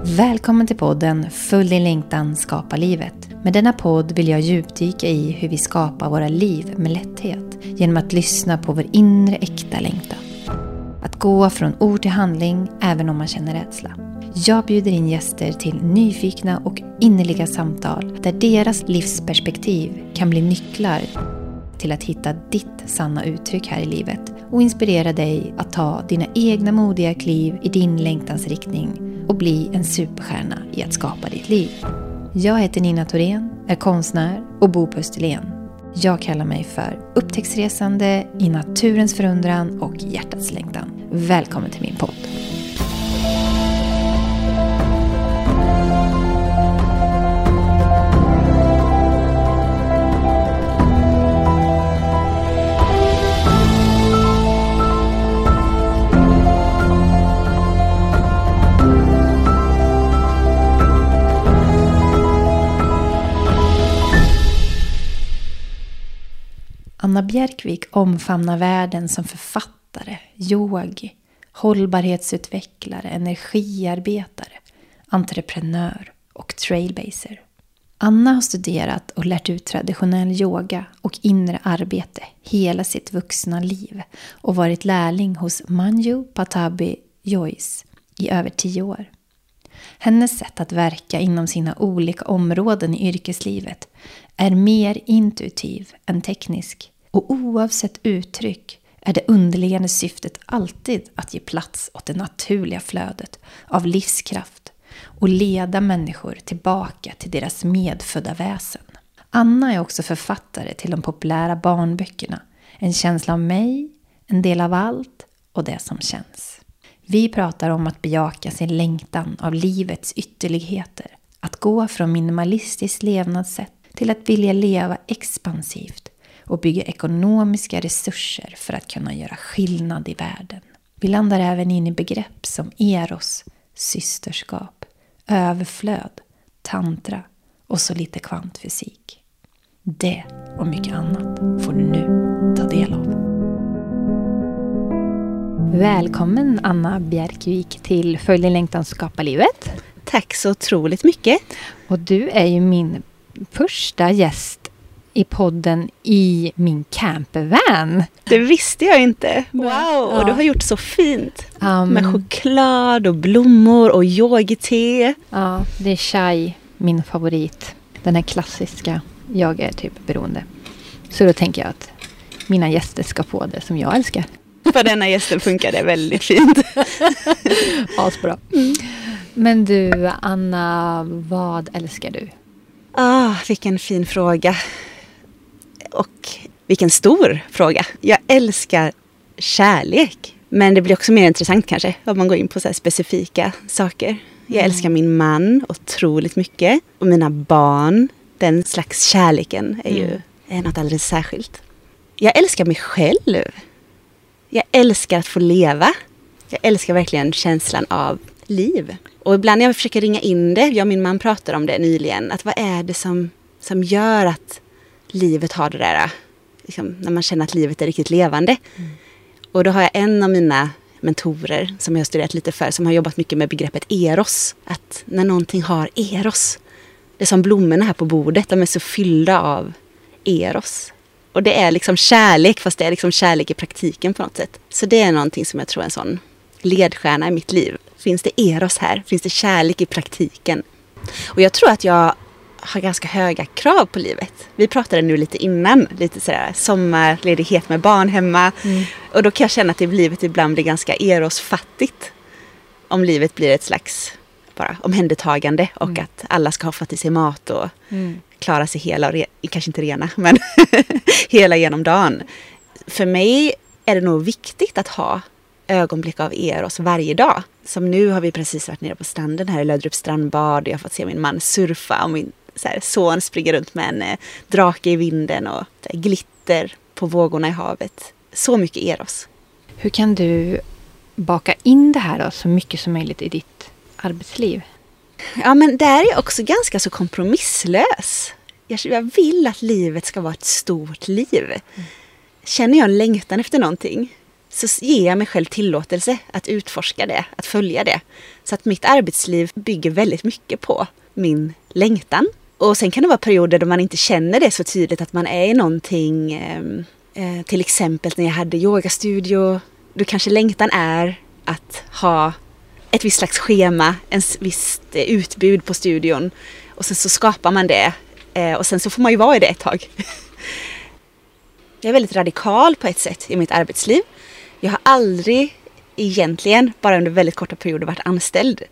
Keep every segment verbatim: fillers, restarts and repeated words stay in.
Välkommen till podden Följ din längtan, skapa livet. Med denna podd vill jag djupdyka i hur vi skapar våra liv med lätthet genom att lyssna på vår inre äkta längtan. Att gå från ord till handling även om man känner rädsla. Jag bjuder in gäster till nyfikna och innerliga samtal där deras livsperspektiv kan bli nycklar till att hitta ditt sanna uttryck här i livet och inspirera dig att ta dina egna modiga kliv i din längtans riktning och bli en superstjärna i att skapa ditt liv. Jag heter Nina Thorén, är konstnär och bor på Österlen. Jag kallar mig för upptäcktsresande i naturens förundran och hjärtats längtan. Välkommen till min podd. Anna Bjärkvik omfamnar världen som författare, yogi, hållbarhetsutvecklare, energiarbetare, entreprenör och trailbaser. Anna har studerat och lärt ut traditionell yoga och inre arbete hela sitt vuxna liv och varit lärling hos Manju Patabi Jois i över tio år. Hennes sätt att verka inom sina olika områden i yrkeslivet är mer intuitiv än teknisk. Och oavsett uttryck är det underliggande syftet alltid att ge plats åt det naturliga flödet av livskraft och leda människor tillbaka till deras medfödda väsen. Anna är också författare till de populära barnböckerna En känsla av mig, En del av allt och Det som känns. Vi pratar om att bejaka sin längtan av livets ytterligheter. Att gå från minimalistiskt levnadssätt till att vilja leva expansivt och bygga ekonomiska resurser för att kunna göra skillnad i världen. Vi landar även in i begrepp som eros, systerskap, överflöd, tantra och så lite kvantfysik. Det och mycket annat får du nu ta del av. Välkommen Anna Bjärkvik till Följ din längtan, skapa livet. Tack så otroligt mycket. Och du är ju min första gäst i podden i min campervan. Det visste jag inte. Wow, ja. Och du har gjort så fint. Um, Med choklad och blommor och yogi-te. Ja, det är chai, min favorit. Den här klassiska, jag är typ beroende. Så då tänker jag att mina gäster ska få det som jag älskar. För denna gästen funkar det väldigt fint. Asbra. Mm. Men du, Anna, vad älskar du? Ah, vilken fin fråga. Och vilken stor fråga. Jag älskar kärlek. Men det blir också mer intressant kanske om man går in på så här specifika saker. Jag mm. älskar min man otroligt mycket. Och mina barn. Den slags kärleken är ju mm. är något alldeles särskilt. Jag älskar mig själv. Jag älskar att få leva. Jag älskar verkligen känslan av liv. Och ibland när jag försöker ringa in det, jag och min man pratade om det nyligen, att vad är det som, som gör att livet har det där, liksom, när man känner att livet är riktigt levande. Mm. Och då har jag en av mina mentorer som jag har studerat lite för, som har jobbat mycket med begreppet eros. Att när någonting har eros, det är som blommorna här på bordet, de är så fyllda av eros. Och det är liksom kärlek, fast det är liksom kärlek i praktiken på något sätt. Så det är någonting som jag tror är en sån ledstjärna i mitt liv. Finns det eros här? Finns det kärlek i praktiken? Och jag tror att jag har ganska höga krav på livet. Vi pratade nu lite innan, lite sådär sommarledighet med barn hemma. Mm. Och då kan jag känna att livet ibland blir ganska erosfattigt. Om livet blir ett slags bara omhändertagande och mm. att alla ska ha fått i sig mat och mm. klara sig hela, och re- kanske inte rena, men hela genom dagen. För mig är det nog viktigt att ha ögonblick av eros varje dag. Som nu har vi precis varit nere på stranden här i Löderups strandbad. Jag har fått se min man surfa och min så här, son springer runt med en eh, drake i vinden och här, glitter på vågorna i havet. Så mycket eros. Hur kan du baka in det här då, så mycket som möjligt i ditt arbetsliv? Ja, men där är jag också ganska så kompromisslös. Jag, jag vill att livet ska vara ett stort liv. Mm. Känner jag en längtan efter någonting, så ger jag mig själv tillåtelse att utforska det, att följa det. Så att mitt arbetsliv bygger väldigt mycket på min längtan. Och sen kan det vara perioder då man inte känner det så tydligt att man är i någonting. Eh, till exempel när jag hade yogastudio. Då kanske längtan är att ha ett visst slags schema, en visst utbud på studion. Och sen så skapar man det. Eh, och sen så får man ju vara i det ett tag. Jag är väldigt radikal på ett sätt i mitt arbetsliv. Jag har aldrig egentligen, bara under väldigt korta perioder, varit anställd.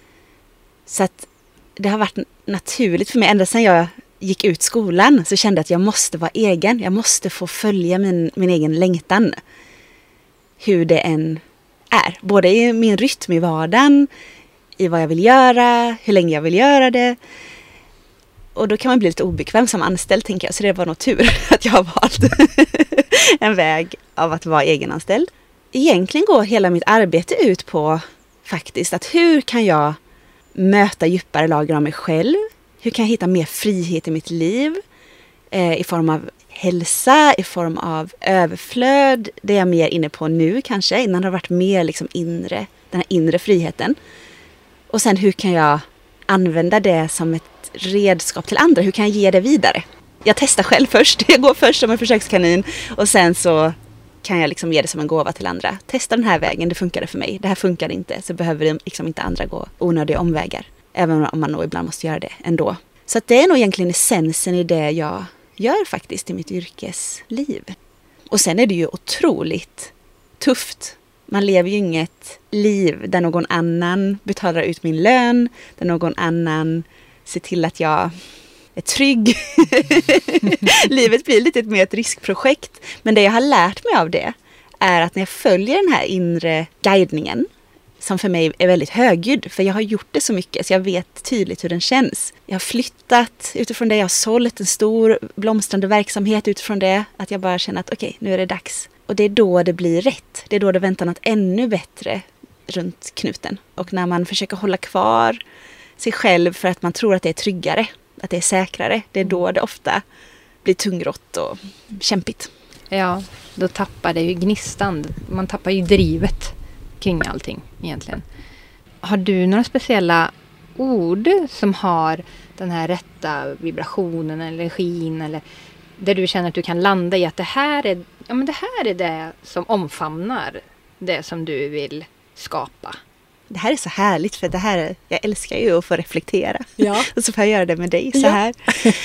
Så att det har varit naturligt för mig. Ända sedan jag gick ut skolan så kände jag att jag måste vara egen. Jag måste få följa min, min egen längtan. Hur det än är. Både i min rytm i vardagen, i vad jag vill göra, hur länge jag vill göra det. Och då kan man bli lite obekväm som anställd, tänker jag. Så det var nog tur att jag har valt en väg av att vara egenanställd. Egentligen går hela mitt arbete ut på faktiskt att hur kan jag möta djupare lager av mig själv? Hur kan jag hitta mer frihet i mitt liv? Eh, I form av hälsa, i form av överflöd. Det är jag mer inne på nu kanske. Innan det har varit mer liksom inre, den här inre friheten. Och sen hur kan jag använda det som ett redskap till andra? Hur kan jag ge det vidare? Jag testar själv först. Jag går först som en försökskanin. Och sen så kan jag liksom ge det som en gåva till andra. Testa den här vägen, det funkade för mig. Det här funkar inte, så behöver det liksom inte andra gå onödiga omvägar. Även om man nog ibland måste göra det ändå. Så att det är nog egentligen essensen i det jag gör faktiskt i mitt yrkesliv. Och sen är det ju otroligt tufft. Man lever ju inget liv där någon annan betalar ut min lön. Där någon annan ser till att jag är trygg. Livet blir lite mer ett riskprojekt. Men det jag har lärt mig av det är att när jag följer den här inre guidningen, som för mig är väldigt högljudd, för jag har gjort det så mycket så jag vet tydligt hur den känns. Jag har flyttat utifrån det, jag har sålt en stor blomstrande verksamhet utifrån det, att jag bara känner att okej, okay, nu är det dags. Och det är då det blir rätt. Det är då det väntar något ännu bättre runt knuten. Och när man försöker hålla kvar sig själv för att man tror att det är tryggare, att det är säkrare, det är då det ofta blir tungrott och kämpigt. Ja, då tappar det ju gnistan. Man tappar ju drivet kring allting egentligen. Har du några speciella ord som har den här rätta vibrationen eller energin, eller där du känner att du kan landa i att det här är, ja, men det här är det som omfamnar det som du vill skapa? Det här är så härligt, för det här, jag älskar ju att få reflektera. Ja. Och så får jag göra det med dig så ja. här.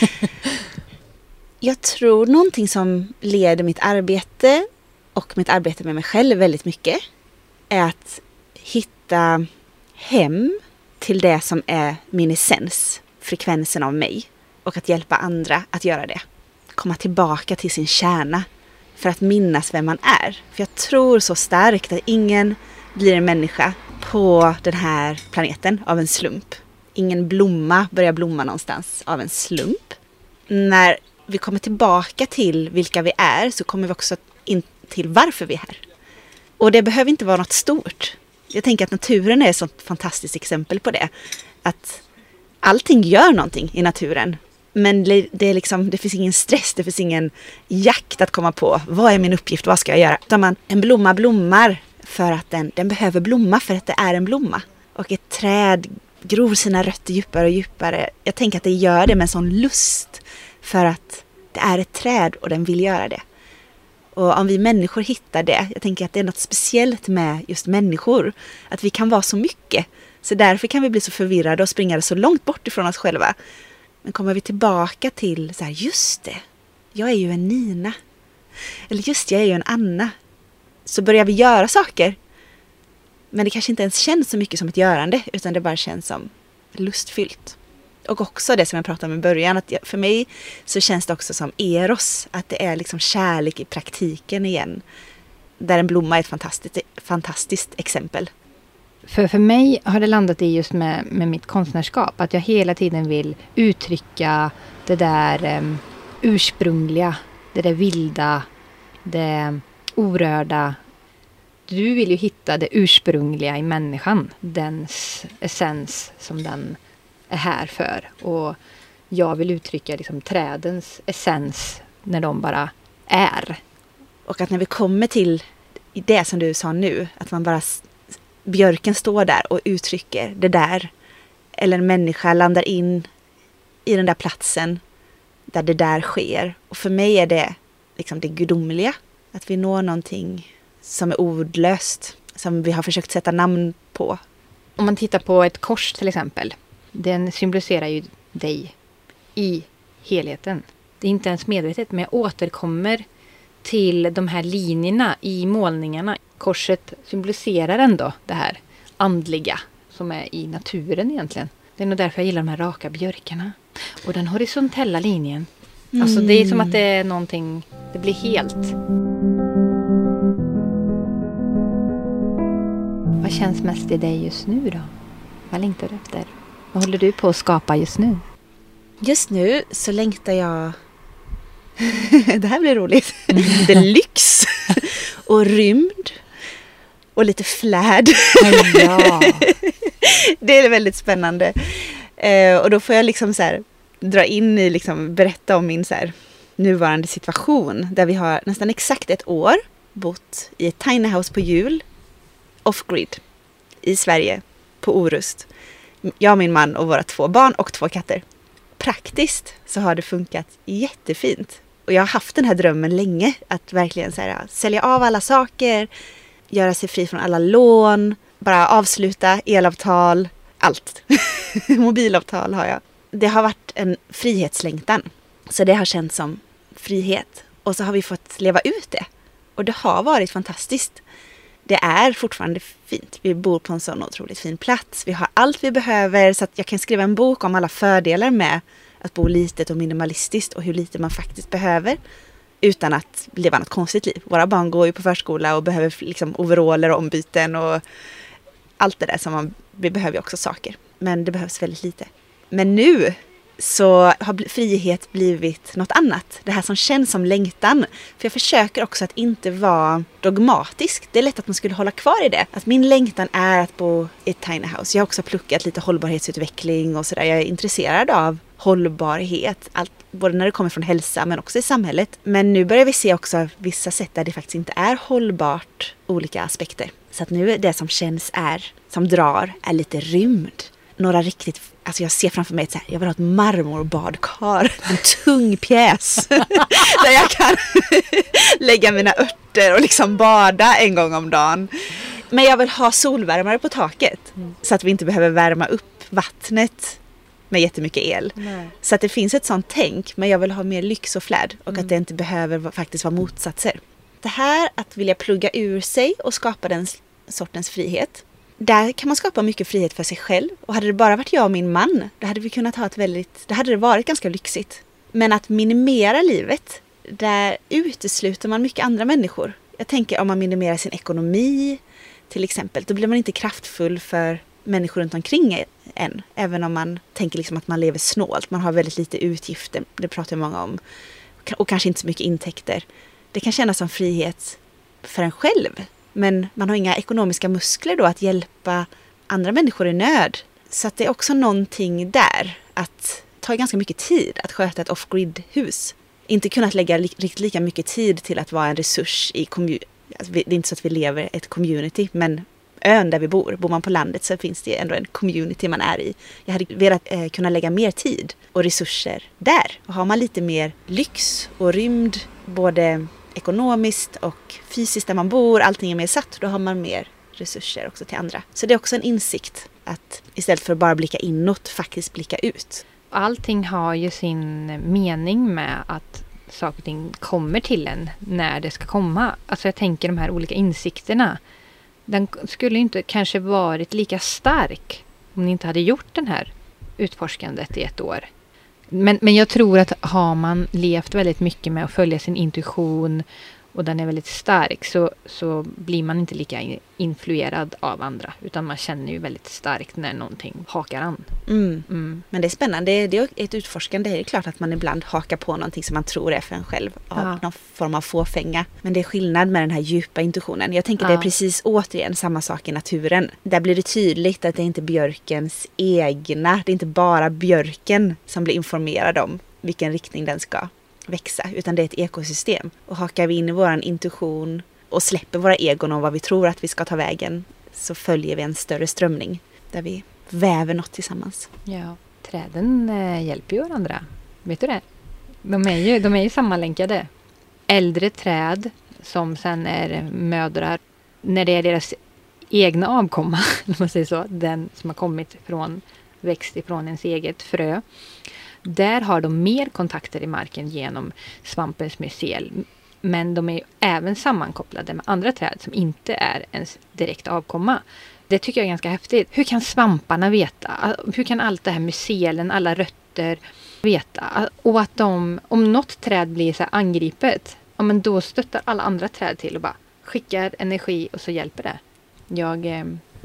Jag tror någonting som leder mitt arbete och mitt arbete med mig själv väldigt mycket är att hitta hem till det som är min essens, frekvensen av mig, och att hjälpa andra att göra det. Komma tillbaka till sin kärna för att minnas vem man är. För jag tror så starkt att ingen blir en människa på den här planeten av en slump. Ingen blomma börjar blomma någonstans av en slump. När vi kommer tillbaka till vilka vi är så kommer vi också in till varför vi är här. Och det behöver inte vara något stort. Jag tänker att naturen är ett sånt fantastiskt exempel på det. Att allting gör någonting i naturen. Men det, är liksom, det finns ingen stress, det finns ingen jakt att komma på. Vad är min uppgift, vad ska jag göra? Utan man, en blomma blommar för att den, den behöver blomma för att det är en blomma. Och ett träd gror sina rötter djupare och djupare. Jag tänker att det gör det med en sån lust för att det är ett träd och den vill göra det. Och om vi människor hittar det, jag tänker att det är något speciellt med just människor. Att vi kan vara så mycket. Så därför kan vi bli så förvirrade och springa så långt bort ifrån oss själva. Men kommer vi tillbaka till så här, just det, jag är ju en Nina. Eller just jag är ju en Anna. Så börjar vi göra saker. Men det kanske inte ens känns så mycket som ett görande, utan det bara känns som lustfyllt. Och också det som jag pratade om i början, att för mig så känns det också som eros, att det är liksom kärlek i praktiken igen. Där en blomma är ett fantastiskt, fantastiskt exempel. För, för mig har det landat i just med, med mitt konstnärskap, att jag hela tiden vill uttrycka det där um, ursprungliga, det där vilda, det orörda. Du vill ju hitta det ursprungliga i människan, dens essens som den är här för. Och jag vill uttrycka liksom trädens essens när de bara är. Och att när vi kommer till det som du sa nu, att man bara, björken står där och uttrycker det där. Eller en människa landar in i den där platsen där det där sker. Och för mig är det liksom det gudomliga. Att vi når någonting som är ordlöst, som vi har försökt sätta namn på. Om man tittar på ett kors till exempel, den symboliserar ju dig i helheten. Det är inte ens medvetet, men jag återkommer till de här linjerna i målningarna. Korset symboliserar ändå det här andliga som är i naturen egentligen. Det är nog därför jag gillar de här raka björkarna. Och den horisontella linjen. Mm. Alltså det är som att det är någonting, det blir helt. Vad känns mest i dig just nu då? Vad längtar du efter? Vad håller du på att skapa just nu? Just nu så längtar jag... det här blir roligt. Det är lyx och rymd och lite flärd. Ja. Det är väldigt spännande. Eh, och då får jag liksom så här, dra in i, liksom, berätta om min så här, nuvarande situation. Där vi har nästan exakt ett år bott i ett tiny house på jul. Off-grid. I Sverige. På Orust. Jag, min man och våra två barn och två katter. Praktiskt så har det funkat jättefint. Och jag har haft den här drömmen länge. Att verkligen så här, sälja av alla saker. Göra sig fri från alla lån. Bara avsluta elavtal. Allt. Mobilavtal har jag. Det har varit en frihetslängtan. Så det har känts som frihet. Och så har vi fått leva ut det. Och det har varit fantastiskt. Det är fortfarande fint. Vi bor på en sån otroligt fin plats. Vi har allt vi behöver. Så att jag kan skriva en bok om alla fördelar med att bo litet och minimalistiskt. Och hur lite man faktiskt behöver. Utan att leva något konstigt liv. Våra barn går ju på förskola och behöver liksom overaller och ombyten. Och allt det där som man... Vi behöver ju också saker. Men det behövs väldigt lite. Men nu så har frihet blivit något annat. Det här som känns som längtan. För jag försöker också att inte vara dogmatisk. Det är lätt att man skulle hålla kvar i det. Att min längtan är att bo i ett tiny house. Jag har också pluggat lite hållbarhetsutveckling och sådär. Jag är intresserad av hållbarhet. Allt, både när det kommer från hälsa men också i samhället. Men nu börjar vi se också vissa sätt där det faktiskt inte är hållbart. Olika aspekter. Så att nu det som känns är, som drar, är lite rymd. Några riktigt, alltså jag ser framför mig ett så här, jag vill ha ett marmorbadkar, en tung pjäs där jag kan lägga mina örter och liksom bada en gång om dagen. Men jag vill ha solvärmare på taket mm. så att vi inte behöver värma upp vattnet med jättemycket el. Nej. Så att det finns ett sånt tänk, men jag vill ha mer lyx och flärd och mm. att det inte behöver faktiskt vara motsatser. Det här att vilja plugga ur sig och skapa den sortens frihet. Där kan man skapa mycket frihet för sig själv. Och hade det bara varit jag och min man, då hade vi kunnat ha ett väldigt, det hade det varit ganska lyxigt. Men att minimera livet, där utesluter man mycket andra människor. Jag tänker om man minimerar sin ekonomi till exempel, då blir man inte kraftfull för människor runt omkring en. Även om man tänker liksom att man lever snålt. Man har väldigt lite utgifter, det pratar många om. Och kanske inte så mycket intäkter. Det kan kännas som frihet för en själv. Men man har inga ekonomiska muskler då att hjälpa andra människor i nöd. Så att det är också någonting där att ta ganska mycket tid att sköta ett off-grid-hus. Inte kunnat lägga riktigt lika mycket tid till att vara en resurs i kommun. Alltså, det är inte så att vi lever ett community, men ön där vi bor, bor man på landet så finns det ändå en community man är i. Jag hade velat eh, kunna lägga mer tid och resurser där. Och har man lite mer lyx och rymd, både ekonomiskt och fysiskt där man bor, allting är mer satt, då har man mer resurser också till andra. Så det är också en insikt att istället för att bara blicka inåt, faktiskt blicka ut. Allting har ju sin mening med att saker och ting kommer till en när det ska komma. Alltså jag tänker de här olika insikterna. Den skulle inte kanske varit lika stark om ni inte hade gjort den här utforskandet i ett år. Men, men jag tror att har man levt väldigt mycket med att följa sin intuition och den är väldigt stark så, så blir man inte lika influerad av andra. Utan man känner ju väldigt starkt när någonting hakar an. Mm. Mm. Men det är spännande. Det är, det är ett utforskande. Det är klart att man ibland hakar på någonting som man tror är för en själv. Av ja. Någon form av fåfänga. Men det är skillnad med den här djupa intuitionen. Jag tänker ja. Det är precis återigen samma sak i naturen. Där blir det tydligt att det är inte björkens egna. Det är inte bara björken som blir informerad om vilken riktning den ska växa, utan det är ett ekosystem. Och hakar vi in i våran intuition och släpper våra egon och vad vi tror att vi ska ta vägen, så följer vi en större strömning där vi väver något tillsammans. Ja, träden eh, hjälper ju varandra. Vet du det? De är ju, de är ju sammanlänkade. Äldre träd som sen är mödrar, när det är deras egna avkomma, om man säger så, den som har kommit från, växt ifrån ens eget frö. Där har de mer kontakter i marken genom svampens mycel. Men de är ju även sammankopplade med andra träd som inte är ens direkt avkomma. Det tycker jag är ganska häftigt. Hur kan svamparna veta? Hur kan allt det här mycelen, alla rötter veta? Och att de, om något träd blir så här angripet, ja, men då stöttar alla andra träd till och bara skickar energi och så hjälper det. Jag eh,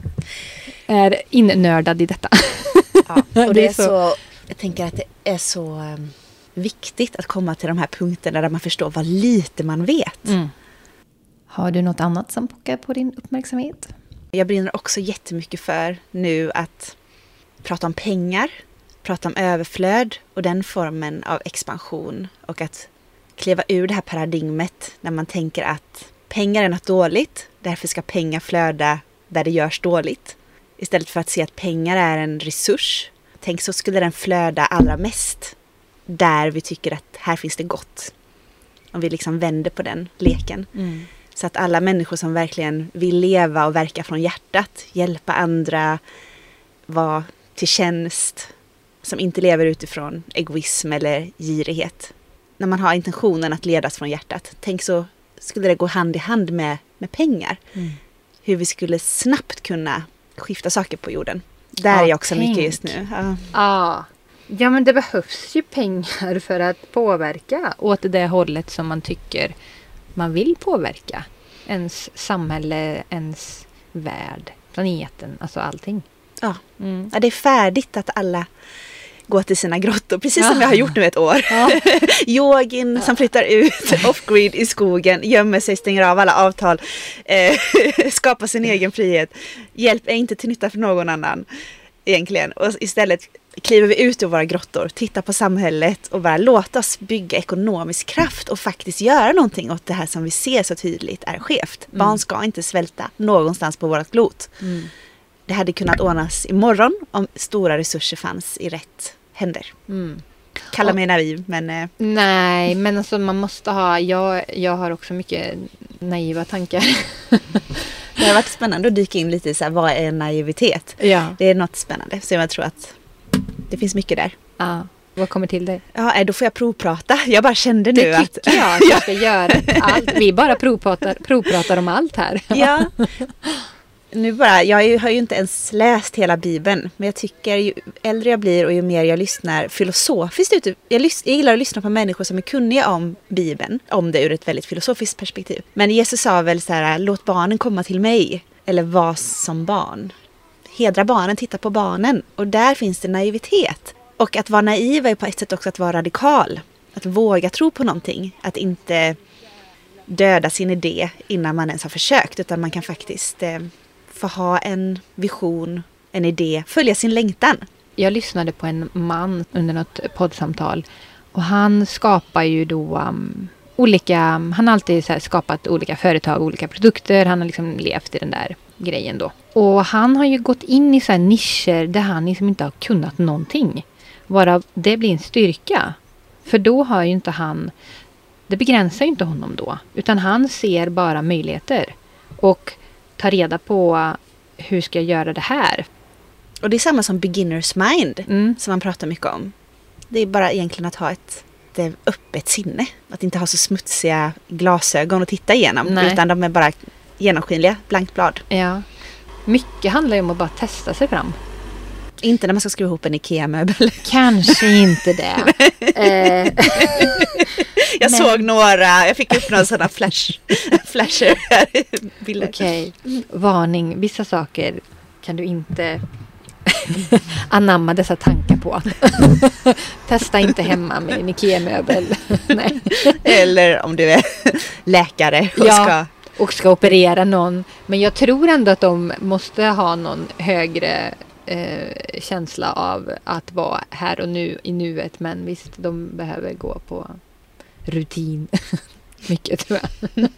är innördad i detta. Ja, och det är så, jag tänker att det är så um, viktigt att komma till de här punkterna där man förstår vad lite man vet. Mm. Har du något annat som pockar på din uppmärksamhet? Jag brinner också jättemycket för nu att prata om pengar, prata om överflöd och den formen av expansion, och att kliva ur det här paradigmet när man tänker att pengar är något dåligt, därför ska pengar flöda där det görs dåligt. Istället för att se att pengar är en resurs. Tänk, så skulle den flöda allra mest där vi tycker att här finns det gott. Om vi liksom vänder på den leken. Mm. Så att alla människor som verkligen vill leva och verka från hjärtat, hjälpa andra, vara till tjänst, som inte lever utifrån egoism eller girighet. När man har intentionen att ledas från hjärtat, tänk så skulle det gå hand i hand med, med pengar. Mm. Hur vi skulle snabbt kunna skifta saker på jorden. Där ja, är jag också tänk. mycket just nu. Ja. Ja. ja, men det behövs ju pengar för att påverka åt det hållet som man tycker man vill påverka. Ens samhälle, ens värld, planeten, alltså allting. Ja, mm. ja det är färdigt att alla går till sina grottor, precis som ja. jag har gjort nu ett år. Ja. Yogin ja. som flyttar ut off-grid i skogen, gömmer sig, stänger av alla avtal, eh, skapar sin egen frihet. Hjälp är inte till nytta för någon annan egentligen. Och istället kliver vi ut ur våra grottor, tittar på samhället och bara låta oss bygga ekonomisk kraft och faktiskt göra någonting åt det här som vi ser så tydligt är skevt. Mm. Barn ska inte svälta någonstans på vårt klot. Mm. Det hade kunnat ordnas imorgon om stora resurser fanns i rätt händer. Mm. Kalla och, mig naiv, men... Eh. Nej, men alltså man måste ha... Jag, jag har också mycket naiva tankar. Det har varit spännande att dyka in lite i så här, vad är naivitet? Ja. Det är något spännande, så jag tror att det finns mycket där. Ja. Vad kommer till dig? Ja, då får jag provprata. Jag bara kände nu det att... Det tycker jag att jag ska göra. Allt. Vi bara provpratar, provpratar om allt här. Ja. Nu bara, jag har ju inte ens läst hela Bibeln, men jag tycker ju äldre jag blir och ju mer jag lyssnar filosofiskt ute, jag, lys, jag gillar att lyssna på människor som är kunniga om Bibeln, om det ur ett väldigt filosofiskt perspektiv. Men Jesus sa väl så här, låt barnen komma till mig, eller var som barn. Hedra barnen, titta på barnen, och där finns det naivitet. Och att vara naiv är på ett sätt också att vara radikal, att våga tro på någonting, att inte döda sin idé innan man ens har försökt, utan man kan faktiskt... Eh, få ha en vision, en idé, följa sin längtan. Jag lyssnade på en man under något poddsamtal och han skapar ju då um, olika, han har alltid så här skapat olika företag, olika produkter, han har liksom levt i den där grejen då. Och han har ju gått in i så här nischer där han liksom inte har kunnat någonting. Varav det blir en styrka. För då har ju inte han, det begränsar ju inte honom då, utan han ser bara möjligheter. Och ta reda på hur ska jag göra det här. Och det är samma som beginners mind mm. som man pratar mycket om. Det är bara egentligen att ha ett, ett öppet sinne. Att inte ha så smutsiga glasögon att titta igenom. Nej. Utan de är bara genomskinliga, blankt blad. Ja. Mycket handlar ju om att bara testa sig fram. Inte när man ska skruva ihop en IKEA-möbel. Kanske inte det. eh. Jag Men. såg några, jag fick upp några sådana flash, flasher här i bilder. Okej, okay. Varning. Vissa saker kan du inte anamma dessa tankar på. Testa inte hemma med en IKEA-möbel. Nej. Eller om du är läkare och ja, ska... och ska operera någon. Men jag tror ändå att de måste ha någon högre... Eh, känsla av att vara här och nu i nuet, men visst, de behöver gå på rutin. mycket tror jag.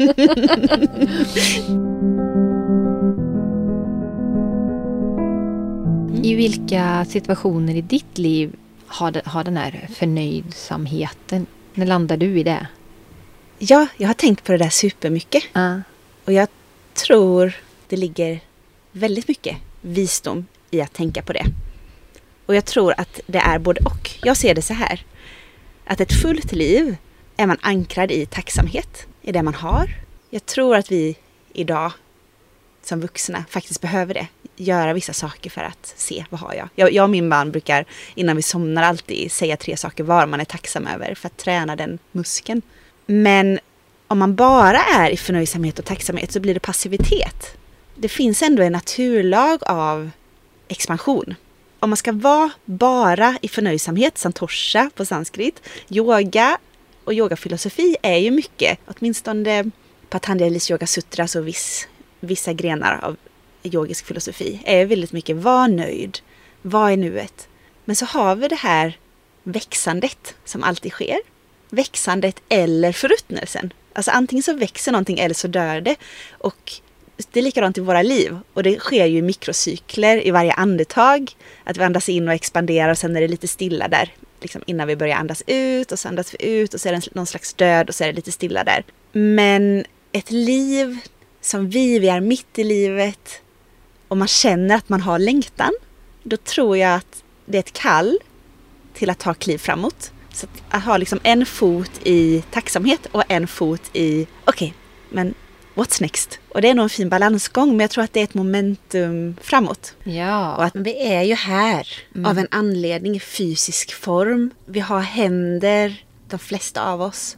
I vilka situationer i ditt liv har, det, har den här förnöjsamheten? När landar du i det? Ja, jag har tänkt på det där supermycket. Uh. Och jag tror det ligger väldigt mycket visdom i att tänka på det. Och jag tror att det är både och. Jag ser det så här. Att ett fullt liv är man ankrad i tacksamhet i det man har. Jag tror att vi idag som vuxna faktiskt behöver det. Göra vissa saker för att se vad har jag. Jag, jag och min man brukar innan vi somnar alltid säga tre saker var man är tacksam över för att träna den muskeln. Men om man bara är i förnöjsamhet och tacksamhet så blir det passivitet. Det finns ändå en naturlag av expansion. Om man ska vara bara i förnöjsamhet, santosha på sanskrit, yoga och yogafilosofi är ju mycket, åtminstone Patanjali's Yoga Sutras och viss, vissa grenar av yogisk filosofi är väldigt mycket var nöjd, vad är nuet. Men så har vi det här växandet som alltid sker. Växandet eller förruttnelsen. Alltså antingen så växer någonting eller så dör det. Och det är likadant i våra liv. Och det sker ju i mikrocykler i varje andetag. Att vi andas in och expanderar och sen är det lite stilla där. Liksom innan vi börjar andas ut och så andas vi ut och så är det någon slags död och så är det lite stilla där. Men ett liv som vi, vi är mitt i livet och man känner att man har längtan. Då tror jag att det är ett kall till att ta kliv framåt. Så att ha liksom en fot i tacksamhet och en fot i okej, okay, men what's next? Och det är nog en fin balansgång, men jag tror att det är ett momentum framåt. Ja. Och att vi är ju här mm. av en anledning i fysisk form. Vi har händer, de flesta av oss.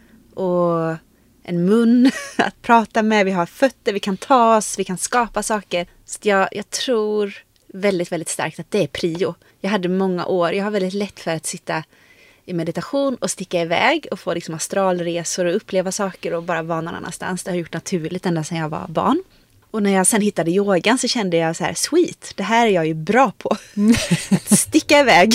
Och en mun att prata med. Vi har fötter, vi kan ta oss, vi kan skapa saker. Så jag, jag tror väldigt, väldigt starkt att det är prio. Jag hade många år, jag har väldigt lätt för att sitta i meditation och sticka iväg och få liksom astralresor och uppleva saker och bara vara någon annanstans. Det har jag gjort naturligt ända sedan jag var barn. Och när jag sen hittade yogan så kände jag så här, sweet, det här är jag ju bra på. Att sticka iväg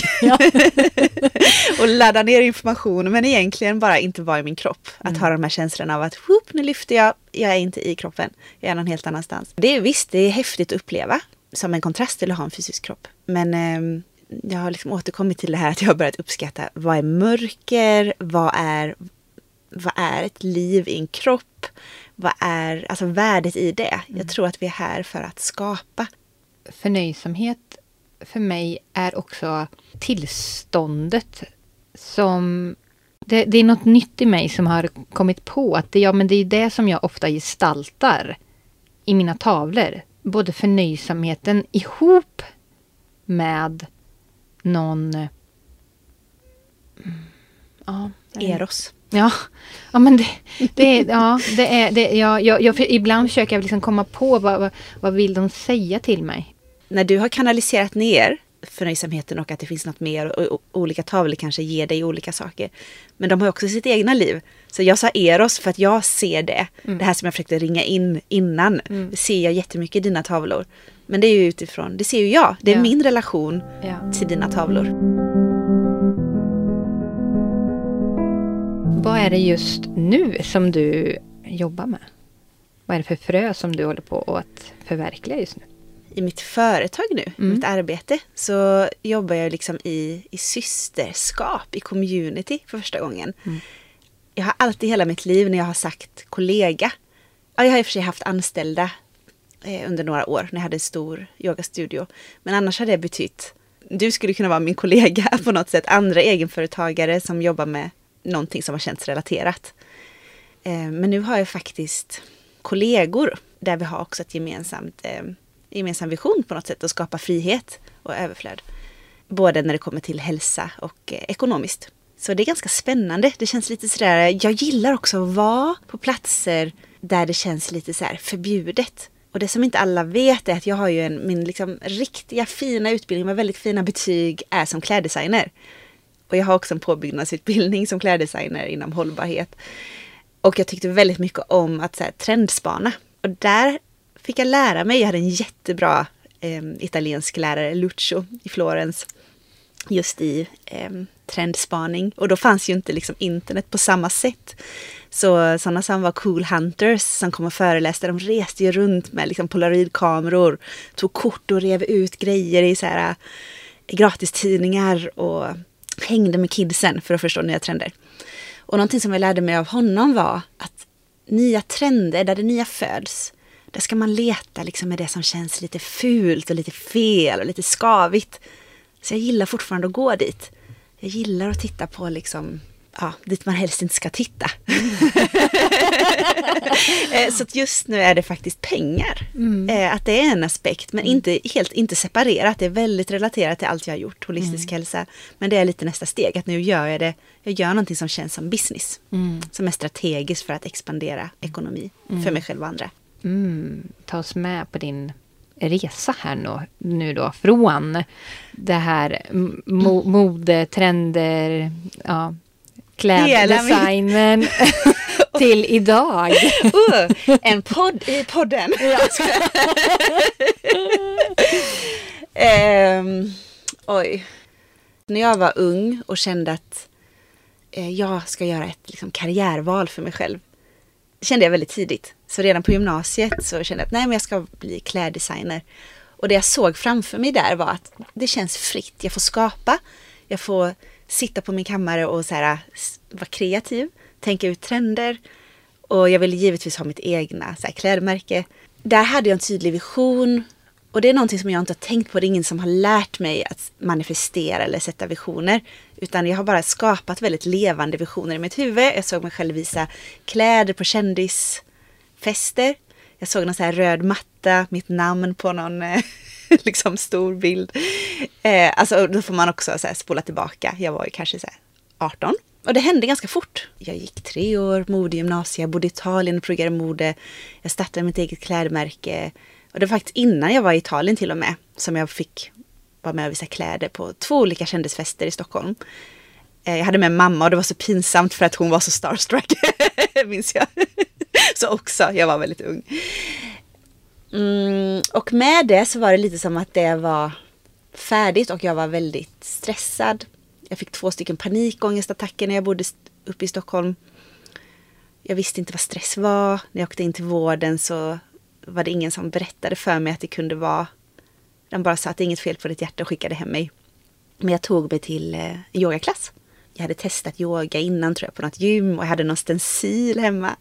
och ladda ner information men egentligen bara inte vara i min kropp. Att mm. ha de här känslorna av att whoop, nu lyfter jag, jag är inte i kroppen, jag är någon helt annanstans. Det är visst, det är häftigt att uppleva som en kontrast till att ha en fysisk kropp. Men eh, jag har liksom återkommit till det här att jag har börjat uppskatta vad är mörker, vad är, vad är ett liv i en kropp, vad är alltså värdet i det. Mm. Jag tror att vi är här för att skapa. Förnöjsamhet för mig är också tillståndet som det, det är något nytt i mig som har kommit på att det, ja, men det är det som jag ofta gestaltar i mina tavlor. Både förnöjsamheten ihop med någon ja, eros. Ja, ja men det, det, ja, det är det, ja, jag, jag, ibland försöker jag liksom komma på vad, vad, vad vill de säga till mig. När du har kanaliserat ner förnöjsamheten och att det finns något mer och, och olika tavlor kanske ger dig olika saker. Men de har också sitt egna liv. Så jag sa eros för att jag ser det. Mm. Det här som jag försökte ringa in innan. Mm. Det ser jag jättemycket i dina tavlor. Men det är ju utifrån, det ser ju jag. Det är ja. min relation ja. till dina tavlor. Vad är det just nu som du jobbar med? Vad är det för frö som du håller på att förverkliga just nu? I mitt företag nu, mm. i mitt arbete, så jobbar jag liksom i, i systerskap, i community för första gången. Mm. Jag har alltid hela mitt liv när jag har sagt kollega. Ja, jag har i och för sig haft anställda eh, under några år när jag hade en stor yogastudio. Men annars har det betytt, du skulle kunna vara min kollega på något sätt. Andra egenföretagare som jobbar med någonting som har känts relaterat. Eh, men nu har jag faktiskt kollegor där vi har också ett gemensamt... Eh, gemensam vision på något sätt att skapa frihet och överflöd. Både när det kommer till hälsa och eh, ekonomiskt. Så det är ganska spännande. Det känns lite sådär, jag gillar också att vara på platser där det känns lite så här förbjudet. Och det som inte alla vet är att jag har ju en, min liksom riktiga fina utbildning med väldigt fina betyg är som kläddesigner. Och jag har också en påbyggnadsutbildning som kläddesigner inom hållbarhet. Och jag tyckte väldigt mycket om att så här, trendspana. Och där fick jag lära mig, jag hade en jättebra eh, italiensk lärare, Lucio i Florens, just i eh, trendspaning. Och då fanns ju inte liksom internet på samma sätt. Så sådana som var cool hunters som kom och föreläste, de reste ju runt med liksom polaroidkameror, tog kort och rev ut grejer i så här gratistidningar och hängde med kidsen för att förstå nya trender. Och någonting som jag lärde mig av honom var att nya trender, där det nya föds, där ska man leta liksom med det som känns lite fult och lite fel och lite skavigt. Så jag gillar fortfarande att gå dit. Jag gillar att titta på liksom, ja, dit man helst inte ska titta. Så att just nu är det faktiskt pengar. Mm. Att det är en aspekt, men mm. inte helt inte separerat. Det är väldigt relaterat till allt jag har gjort, holistisk mm. hälsa. Men det är lite nästa steg, att nu gör jag det. Jag gör någonting som känns som business. Mm. Som är strategiskt för att expandera ekonomi mm. för mig själv och andra. Mm. Ta oss med på din resa här nu, nu då. Från det här mo- mode, trender, ja, kläddesignen min... till idag. Uh, en podd i podden. Ja. um, oj. När jag var ung och kände att eh, jag ska göra ett liksom, karriärval för mig själv, kände jag väldigt tidigt. Så redan på gymnasiet så kände jag att nej, men jag ska bli kläddesigner. Och det jag såg framför mig där var att det känns fritt. Jag får skapa, jag får sitta på min kammare och så här, vara kreativ, tänka ut trender. Och jag ville givetvis ha mitt egna så här, klädmärke. Där hade jag en tydlig vision. Och det är någonting som jag inte har tänkt på. Det är ingen som har lärt mig att manifestera eller sätta visioner. Utan jag har bara skapat väldigt levande visioner i mitt huvud. Jag såg mig själv visa kläder på kändisfester. Jag såg någon så här röd matta, mitt namn på någon liksom stor bild. Eh, alltså då får man också så här, spola tillbaka. Jag var ju kanske så här, arton. Och det hände ganska fort. Jag gick tre år modegymnasiet, jag bodde i Italien och pluggade mode. Jag startade mitt eget klädmärke. Och det var faktiskt innan jag var i Italien till och med som jag fick vara med och visa kläder på två olika kändisfester i Stockholm. Jag hade med mamma och det var så pinsamt för att hon var så starstruck, minns jag. Så också, jag var väldigt ung. Mm, och med det så var det lite som att det var färdigt och jag var väldigt stressad. Jag fick två stycken panikångestattacker när jag bodde uppe i Stockholm. Jag visste inte vad stress var. När jag åkte in till vården så var det ingen som berättade för mig att det kunde vara. De bara sa att det är inget fel på ditt hjärta och skickade hem mig. Men jag tog mig till eh, en yogaklass. Jag hade testat yoga innan tror jag på något gym och jag hade någon stencil hemma.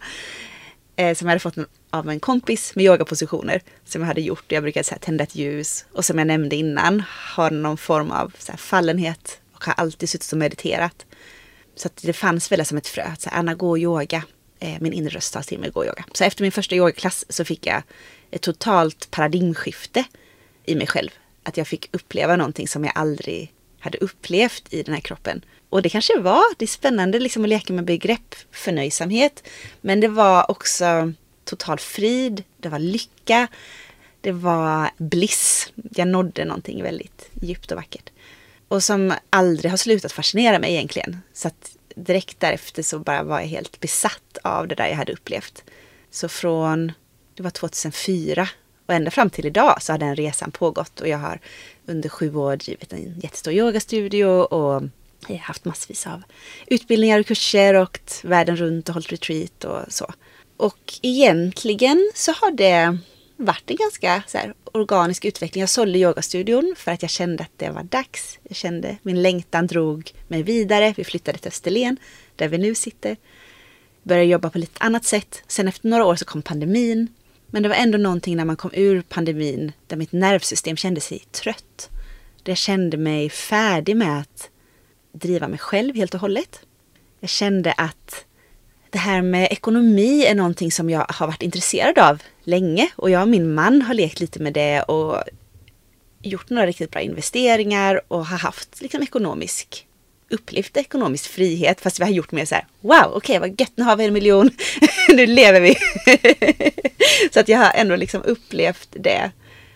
Eh, som jag hade fått av en kompis med yogapositioner som jag hade gjort. Jag brukade så här, tända ett ljus och som jag nämnde innan har någon form av så här, fallenhet och har alltid suttit och mediterat. Så att det fanns väl som ett frö. Så här, Anna, gå och yoga. Eh, min inre röst sa till mig gå och yoga. Så efter min första yogaklass så fick jag ett totalt paradigmskifte i mig själv. Att jag fick uppleva någonting som jag aldrig hade upplevt i den här kroppen. Och det kanske var, det är spännande liksom att leka med begrepp, förnöjsamhet. Men det var också total frid, det var lycka, det var bliss. Jag nådde någonting väldigt djupt och vackert. Och som aldrig har slutat fascinera mig egentligen. Så att direkt därefter så bara var jag helt besatt av det där jag hade upplevt. Så från, det var tjugohundrafyra och ända fram till idag så har den resan pågått. Och jag har under sju år drivit en jättestor yogastudio och jag har haft massvis av utbildningar och kurser och världen runt och hållit retreat och så. Och egentligen så har det varit en ganska så här, organisk utveckling. Jag sålde yogastudion för att jag kände att det var dags. Jag kände min längtan drog mig vidare. Vi flyttade till Österlen där vi nu sitter. Började jobba på lite annat sätt. Sen efter några år så kom pandemin. Men det var ändå någonting när man kom ur pandemin där mitt nervsystem kände sig trött. Där jag kände mig färdig med att driva mig själv helt och hållet. Jag kände att det här med ekonomi är någonting som jag har varit intresserad av länge. Och jag och min man har lekt lite med det och gjort några riktigt bra investeringar och har haft liksom ekonomisk, upplevt ekonomisk frihet. Fast vi har gjort mer så här, wow, okej, okay, vad gött, nu har vi en miljon, nu lever vi. Så att jag har ändå liksom upplevt det.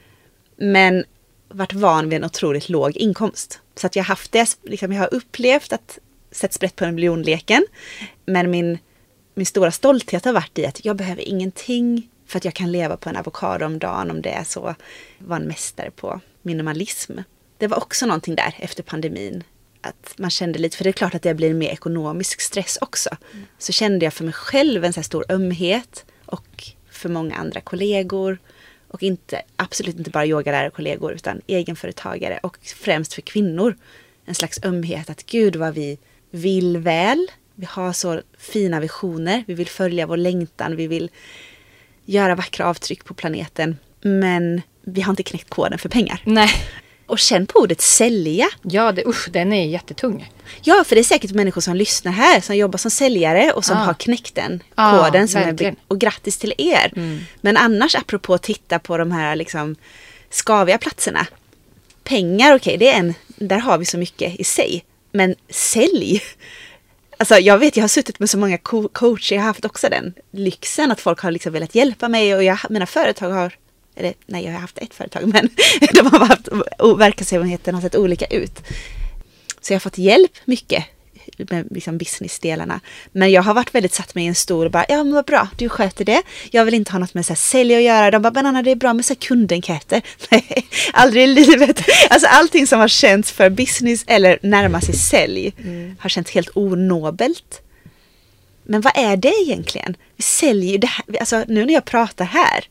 Men varit van vid en otroligt låg inkomst. Så att jag har haft det, liksom jag har upplevt att sätta sprätt på en miljonleken. Men min, min stora stolthet har varit i att jag behöver ingenting för att jag kan leva på en avokado om dagen om det är så. Jag var en mästare på minimalism. det var också någonting där efter pandemin. Att man kände lite, för det är klart att det blir mer ekonomisk stress också. Mm. Så kände jag för mig själv en så här stor ömhet och för många andra kollegor. Och inte, absolut inte bara yogalärare och kollegor utan egenföretagare och främst för kvinnor. En slags ömhet att gud vad vi vill väl. Vi har så fina visioner. Vi vill följa vår längtan. Vi vill göra vackra avtryck på planeten. Men vi har inte knäckt koden för pengar. Nej. Och känn på ordet sälja. Ja, det, usch, den är jättetung. Ja, för det är säkert människor som lyssnar här som jobbar som säljare och som ah. har knäckt den ah, koden. Som är, och grattis till er. Mm. Men annars, apropå att titta på de här liksom skaviga platserna. Pengar, okej, okay, det är en, där har vi så mycket i sig. Men sälj. Alltså jag vet, jag har suttit med så många co- coacher. Jag har haft också den lyxen att folk har liksom velat hjälpa mig. Och jag, mina företag har... Eller nej, jag har haft ett företag, men de har haft, verksamheten har sett olika ut. Så jag har fått hjälp mycket med liksom businessdelarna. Men jag har varit väldigt satt mig i en stol och bara, ja men vad bra, du sköter det. Jag vill inte ha något med så här, sälj att göra. De bara, men Anna, det är bra med så här kundenkäter. Nej, aldrig i livet. Alltså allting som har känts för business eller närma sig sälj mm. har känts helt onobelt. Men vad är det egentligen? Vi säljer det här, alltså nu när jag pratar här.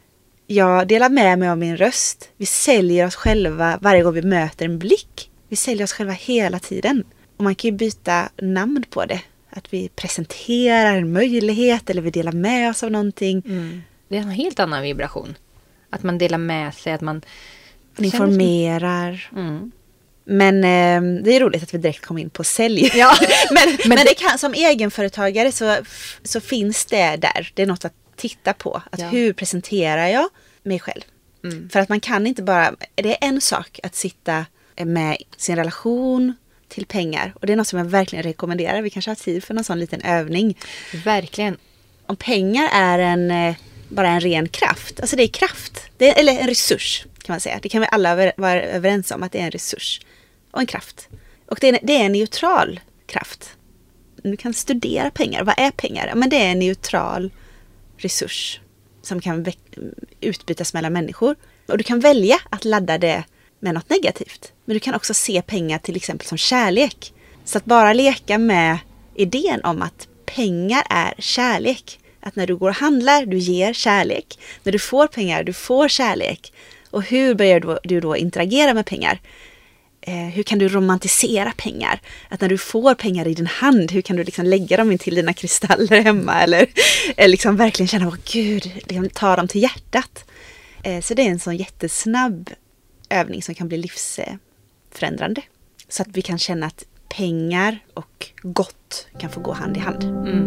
Jag delar med mig av min röst. Vi säljer oss själva varje gång vi möter en blick. Vi säljer oss själva hela tiden. Och man kan ju byta namn på det. Att vi presenterar en möjlighet eller vi delar med oss av någonting. Mm. Det är en helt annan vibration. Att man delar med sig, att man... man informerar. Mm. Men eh, det är roligt att vi direkt kom in på sälj. Ja. men men, men det kan, som egenföretagare så, så finns det där. Det är något att titta på. Att ja. Hur presenterar jag mig själv? Mm. För att man kan inte bara... Det är en sak att sitta med sin relation till pengar. Och det är något som jag verkligen rekommenderar. Vi kanske har tid för någon sån liten övning. Verkligen. Om pengar är en, bara en ren kraft. Alltså det är kraft. Det är, eller en resurs kan man säga. Det kan vi alla vara överens om att det är en resurs. Och en kraft. Och det är, det är en neutral kraft. Du kan studera pengar. Vad är pengar? Men det är en neutral resurs som kan utbytas mellan människor. Och du kan välja att ladda det med något negativt. Men du kan också se pengar till exempel som kärlek. Så att bara leka med idén om att pengar är kärlek. Att när du går och handlar, du ger kärlek. När du får pengar, du får kärlek. Och hur börjar du då interagera med pengar? Eh, hur kan du romantisera pengar? Att när du får pengar i din hand, hur kan du liksom lägga dem in till dina kristaller hemma? Eller, eller liksom verkligen känna, åh gud, liksom ta dem till hjärtat. Eh, så det är en sån jättesnabb övning som kan bli livsförändrande. Så att vi kan känna att pengar och gott kan få gå hand i hand. Mm.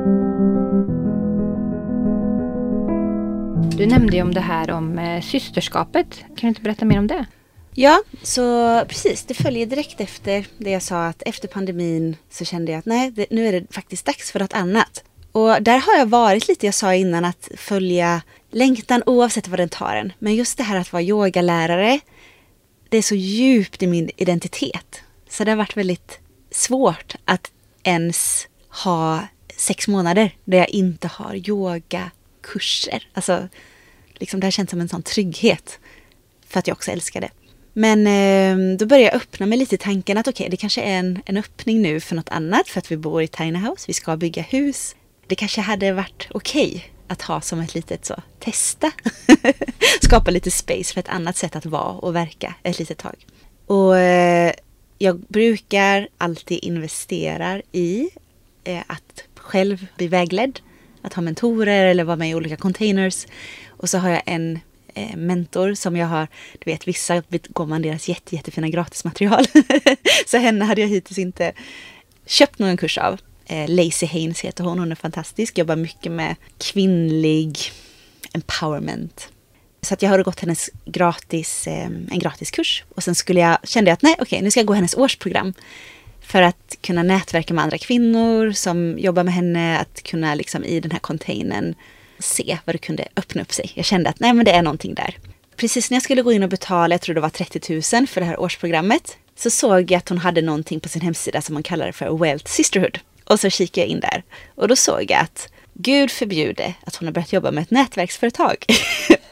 Du nämnde ju om det här om eh, systerskapet. Kan du inte berätta mer om det? Ja, så precis. Det följer direkt efter det jag sa att efter pandemin så kände jag att nej, det, nu är det faktiskt dags för något annat. Och där har jag varit lite, jag sa innan, att följa längtan oavsett vad den tar en. Men just det här att vara yogalärare, det är så djupt i min identitet. Så det har varit väldigt svårt att ens ha sex månader där jag inte har yogakurser. Alltså, liksom det har känts som en sån trygghet för att jag också älskar det. Men eh, då började jag öppna mig lite i tanken att okej, okay, det kanske är en, en öppning nu för något annat. För att vi bor i Tiny House, vi ska bygga hus. Det kanske hade varit okej okay att ha som ett litet så, testa. Skapa lite space för ett annat sätt att vara och verka ett litet tag. Och eh, jag brukar alltid investera i eh, att själv bli vägledd. Att ha mentorer eller vara med i olika containers. Och så har jag en eh, mentor som jag har, du vet, vissa går man deras jätte, jättefina gratismaterial. Så henne hade jag hittills inte köpt någon kurs av. Eh, Lacey Haynes heter hon, hon är fantastisk. Jobbar mycket med kvinnlig empowerment. Så att jag har gått hennes gratis, eh, en gratis kurs. Och sen skulle jag, kände jag att nej, okej, nu ska jag gå hennes årsprogram. För att kunna nätverka med andra kvinnor som jobbar med henne. Att kunna liksom i den här containern se vad det kunde öppna upp sig. Jag kände att nej, men det är någonting där. Precis när jag skulle gå in och betala, jag tror det var trettio tusen för det här årsprogrammet. Så såg jag att hon hade någonting på sin hemsida som man kallar för Wealth Sisterhood. Och så kikade jag in där. Och då såg jag att Gud förbjude att hon har börjat jobba med ett nätverksföretag.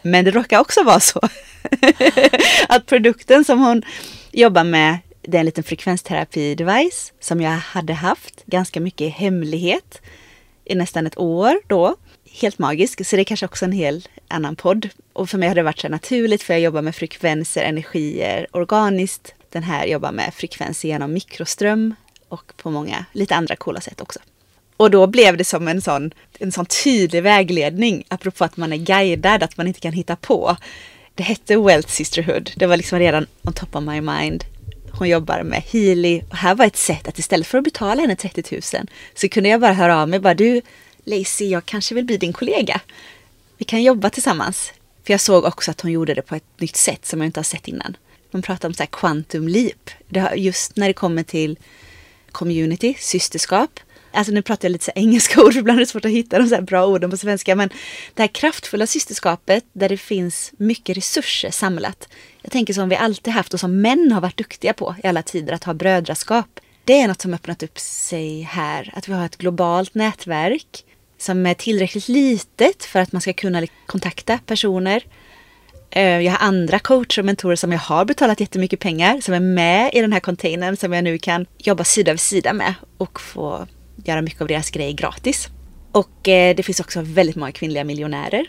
Men det råkar också vara så att produkten som hon jobbar med, det är en liten frekvensterapi-device som jag hade haft ganska mycket hemlighet i nästan ett år då. Helt magisk, så det är kanske också en hel annan podd. Och för mig har det varit så naturligt, för jag jobbar med frekvenser, energier, organiskt. Den här jobbar med frekvenser genom mikroström och på många, lite andra coola sätt också. Och då blev det som en sån, en sån tydlig vägledning, apropå att man är guidad, att man inte kan hitta på. Det hette Wealth Sisterhood, det var liksom redan on top of my mind. Hon jobbar med Healy, och här var ett sätt att istället för att betala henne trettio tusen så kunde jag bara höra av mig, bara du Lacey, jag kanske vill bli din kollega. Vi kan jobba tillsammans. För jag såg också att hon gjorde det på ett nytt sätt som jag inte har sett innan. Hon pratar om så här quantum leap. Det har, just när det kommer till community, systerskap. Alltså nu pratar jag lite så engelska ord, för ibland är det svårt att hitta de så här bra orden på svenska. Men det här kraftfulla systerskapet där det finns mycket resurser samlat. Jag tänker som vi alltid haft och som män har varit duktiga på i alla tider, att ha brödraskap. Det är något som öppnat upp sig här. Att vi har ett globalt nätverk som är tillräckligt litet för att man ska kunna kontakta personer. Jag har andra coacher och mentorer som jag har betalat jättemycket pengar, som är med i den här containern, som jag nu kan jobba sida vid sida med och få göra mycket av deras grejer gratis. Och det finns också väldigt många kvinnliga miljonärer.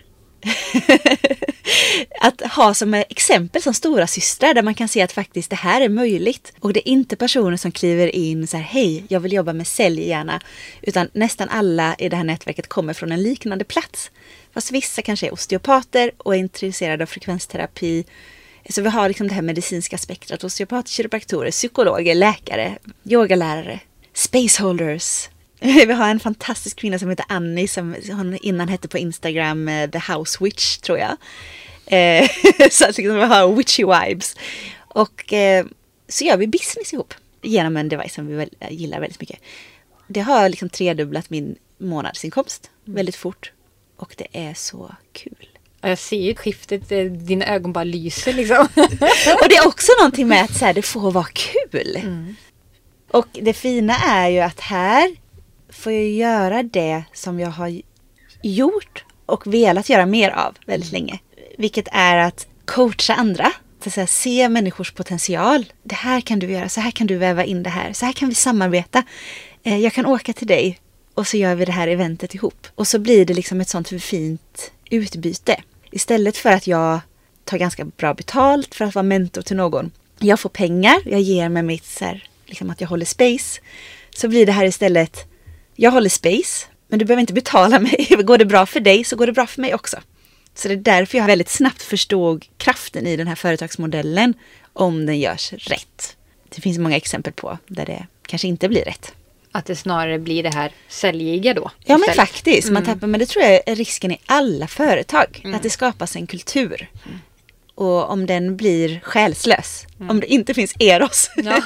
Att ha som exempel som stora systrar där man kan se att faktiskt det här är möjligt. Och det är inte personer som kliver in så här, hej, jag vill jobba med sälj gärna. Utan nästan alla i det här nätverket kommer från en liknande plats. Fast vissa kanske är osteopater och är intresserade av frekvensterapi. Så vi har liksom det här medicinska spektrat. Osteopater, kiropraktorer, psykologer, läkare, yogalärare, spaceholders. Vi har en fantastisk kvinna som heter Annie, som hon innan hette på Instagram The House Witch, tror jag. Eh, så att liksom vi har witchy vibes. Och eh, så gör vi business ihop genom en device som vi väl, gillar väldigt mycket. Det har liksom tredubblat min månadsinkomst mm. väldigt fort. Och det är så kul. Jag ser ju skiftet, dina ögon bara lyser liksom. Och det är också någonting med att så här, det får vara kul. Mm. Och det fina är ju att här får jag göra det som jag har gjort och velat göra mer av väldigt mm. länge. Vilket är att coacha andra. Att säga, se människors potential. Det här kan du göra, så här kan du väva in det här. Så här kan vi samarbeta. Jag kan åka till dig och så gör vi det här eventet ihop. Och så blir det liksom ett sånt fint utbyte. Istället för att jag tar ganska bra betalt för att vara mentor till någon. Jag får pengar, jag ger mig mitt så här, liksom att jag håller space. Så blir det här istället, jag håller space, men du behöver inte betala mig. Går det bra för dig så går det bra för mig också. Så det är därför jag väldigt snabbt förstod kraften i den här företagsmodellen om den görs rätt. Det finns många exempel på där det kanske inte blir rätt. Att det snarare blir det här säljiga då? Ja, istället. Men faktiskt. Man tappar, men det tror jag är risken i alla företag. Mm. Att det skapas en kultur. Mm. Och om den blir själslös. Mm. Om det inte finns eros. Ja.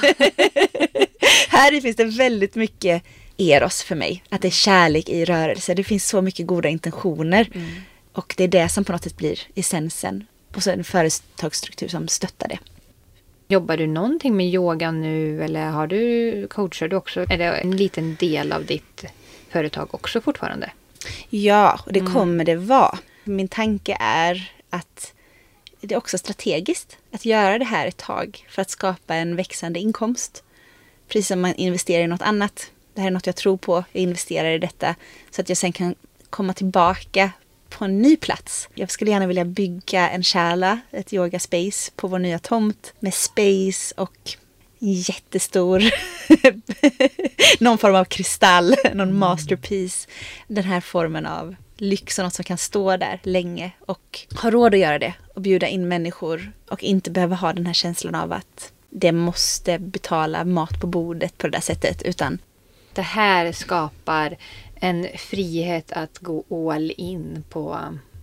Här finns det väldigt mycket eros för mig. Att det är kärlek i rörelse. Det finns så mycket goda intentioner. Mm. Och det är det som på något sätt blir essensen. Och så en företagsstruktur som stöttar det. Jobbar du någonting med yoga nu eller har du coachar du också? Är det en liten del av ditt företag också fortfarande? Ja, och det mm. kommer det vara. Min tanke är att det är också strategiskt att göra det här ett tag för att skapa en växande inkomst. Precis som man investerar i något annat. Det här är något jag tror på. Jag investerar i detta så att jag sen kan komma tillbaka på en ny plats. Jag skulle gärna vilja bygga en kärla, ett yoga space på vår nya tomt med space och jättestor någon form av kristall, någon mm. masterpiece. Den här formen av lyx och något som kan stå där länge och ha råd att göra det och bjuda in människor och inte behöva ha den här känslan av att det måste betala mat på bordet på det där sättet, utan det här skapar en frihet att gå all in på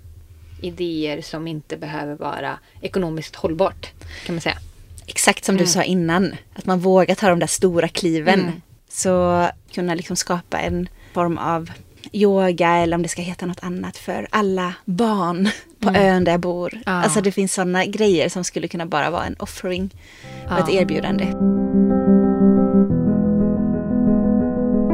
idéer som inte behöver vara ekonomiskt hållbart, kan man säga. Exakt som mm. du sa innan. Att man vågar ta de där stora kliven. Mm. Så kunna liksom skapa en form av yoga, eller om det ska heta något annat, för alla barn på mm. ön där jag bor. Ja. Alltså det finns sådana grejer som skulle kunna bara vara en offering och ja. ett erbjudande.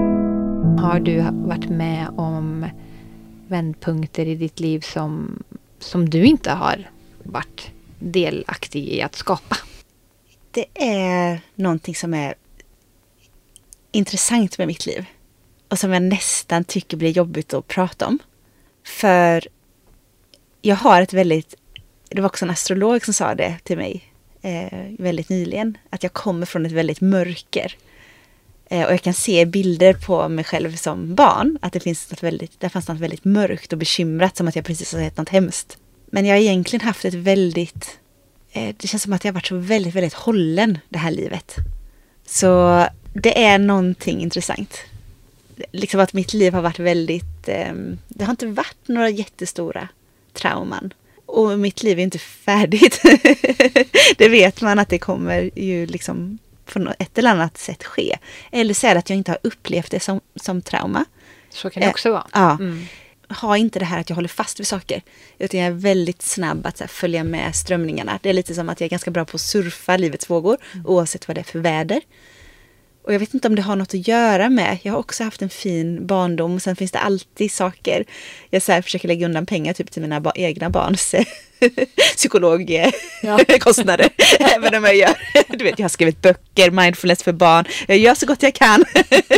Har du varit med om vändpunkter i ditt liv som som du inte har varit delaktig i att skapa? Det är någonting som är intressant med mitt liv. Och som jag nästan tycker blir jobbigt att prata om. För jag har ett väldigt... Det var också en astrolog som sa det till mig eh, väldigt nyligen. Att jag kommer från ett väldigt mörker. Eh, och jag kan se bilder på mig själv som barn. Att det finns något väldigt, där fanns något väldigt mörkt och bekymrat. Som att jag precis har sett något hemskt. Men jag har egentligen haft ett väldigt... Eh, det känns som att jag har varit så väldigt, väldigt hållen det här livet. Så det är någonting intressant. Liksom att mitt liv har varit väldigt... Eh, det har inte varit några jättestora trauman. Och mitt liv är inte färdigt. Det vet man att det kommer ju liksom på ett eller annat sätt ske. Eller så är det att jag inte har upplevt det som, som trauma. Så kan det också vara. Ja. Mm. Ha inte det här att jag håller fast vid saker. Utan jag är väldigt snabb att så här, följa med strömningarna. Det är lite som att jag är ganska bra på att surfa livets vågor. Mm. Oavsett vad det är för väder. Och jag vet inte om det har något att göra med. Jag har också haft en fin barndom. Sen finns det alltid saker. Jag så här försöker lägga undan pengar typ till mina ba- egna barns psykologkostnader. Ja. Även om jag gör. Du vet, jag har skrivit böcker, mindfulness för barn. Jag gör så gott jag kan.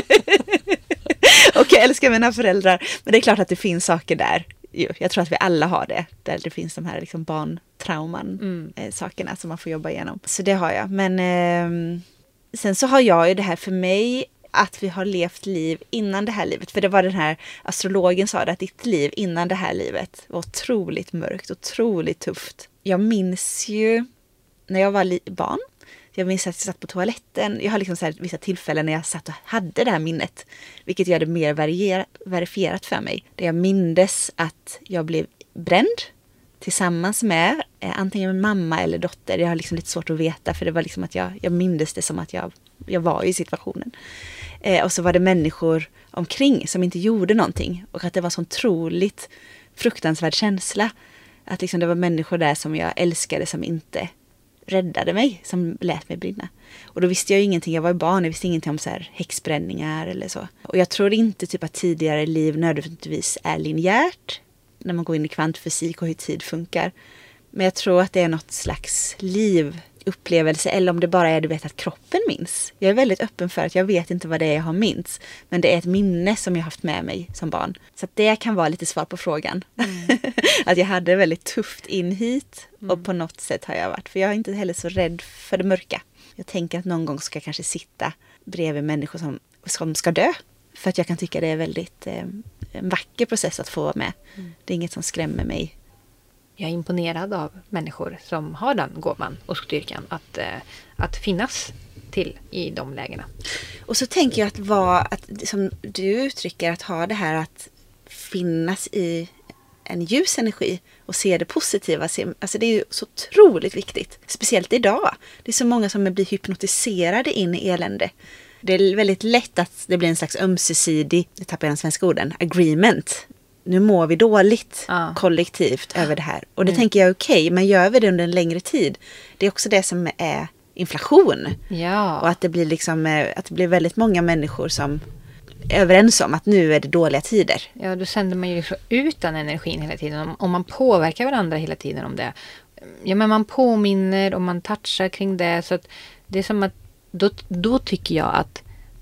Och jag älskar mina föräldrar. Men det är klart att det finns saker där. Jag tror att vi alla har det. Där det finns de här liksom barntrauman. Mm. Eh, sakerna som man får jobba igenom. Så det har jag. Men... Eh, Sen så har jag ju det här för mig att vi har levt liv innan det här livet. För det var den här astrologen sa det, att ditt liv innan det här livet var otroligt mörkt, otroligt tufft. Jag minns ju när jag var li- barn. Jag minns att jag satt på toaletten. Jag har liksom så här vissa tillfällen när jag satt och hade det här minnet. Vilket gör det mer varierat, verifierat för mig. Där jag mindes att jag blev bränd. Tillsammans med eh, antingen en mamma eller dotter. Jag har liksom lite svårt att veta. För det var liksom att jag, jag mindes det som att jag, jag var i situationen. Eh, och så var det människor omkring som inte gjorde någonting. Och att det var så otroligt fruktansvärd känsla. Att liksom det var människor där som jag älskade som inte räddade mig. Som lät mig brinna. Och då visste jag ju ingenting. Jag var barn. Jag visste ingenting om så här häxbränningar eller så. Och jag tror inte typ att tidigare liv nödvändigtvis är linjärt. När man går in i kvantfysik och hur tid funkar. Men jag tror att det är något slags livupplevelse. Eller om det bara är, du vet, att kroppen minns. Jag är väldigt öppen för att jag vet inte vad det är jag har minns. Men det är ett minne som jag haft med mig som barn. Så att det kan vara lite svar på frågan. Mm. Att jag hade väldigt tufft in hit. Mm. Och på något sätt har jag varit. För jag är inte heller så rädd för det mörka. Jag tänker att någon gång ska jag kanske sitta bredvid människor som, som ska dö. För att jag kan tycka det är väldigt eh, en vacker process att få vara med. Mm. Det är inget som skrämmer mig. Jag är imponerad av människor som har den gåvan och styrkan att, eh, att finnas till i de lägena. Och så tänker jag att vara, att, som du uttrycker, att ha det här att finnas i en ljus energi och se det positiva. Alltså det är ju så otroligt viktigt. Speciellt idag. Det är så många som blir hypnotiserade in i elände. Det är väldigt lätt att det blir en slags ömsesidig, jag tappar den svenska orden, agreement. Nu mår vi dåligt ah. kollektivt över det här. Och det mm. tänker jag är okej, okay, men gör vi det under en längre tid? Det är också det som är inflation. Ja. Och att det blir liksom, att det blir väldigt många människor som är överens om att nu är det dåliga tider. Ja, då sänder man ju liksom ut den energin hela tiden. Om man påverkar varandra hela tiden om det. Ja, men man påminner och man touchar kring det. Så att det är som att Då, då tycker jag att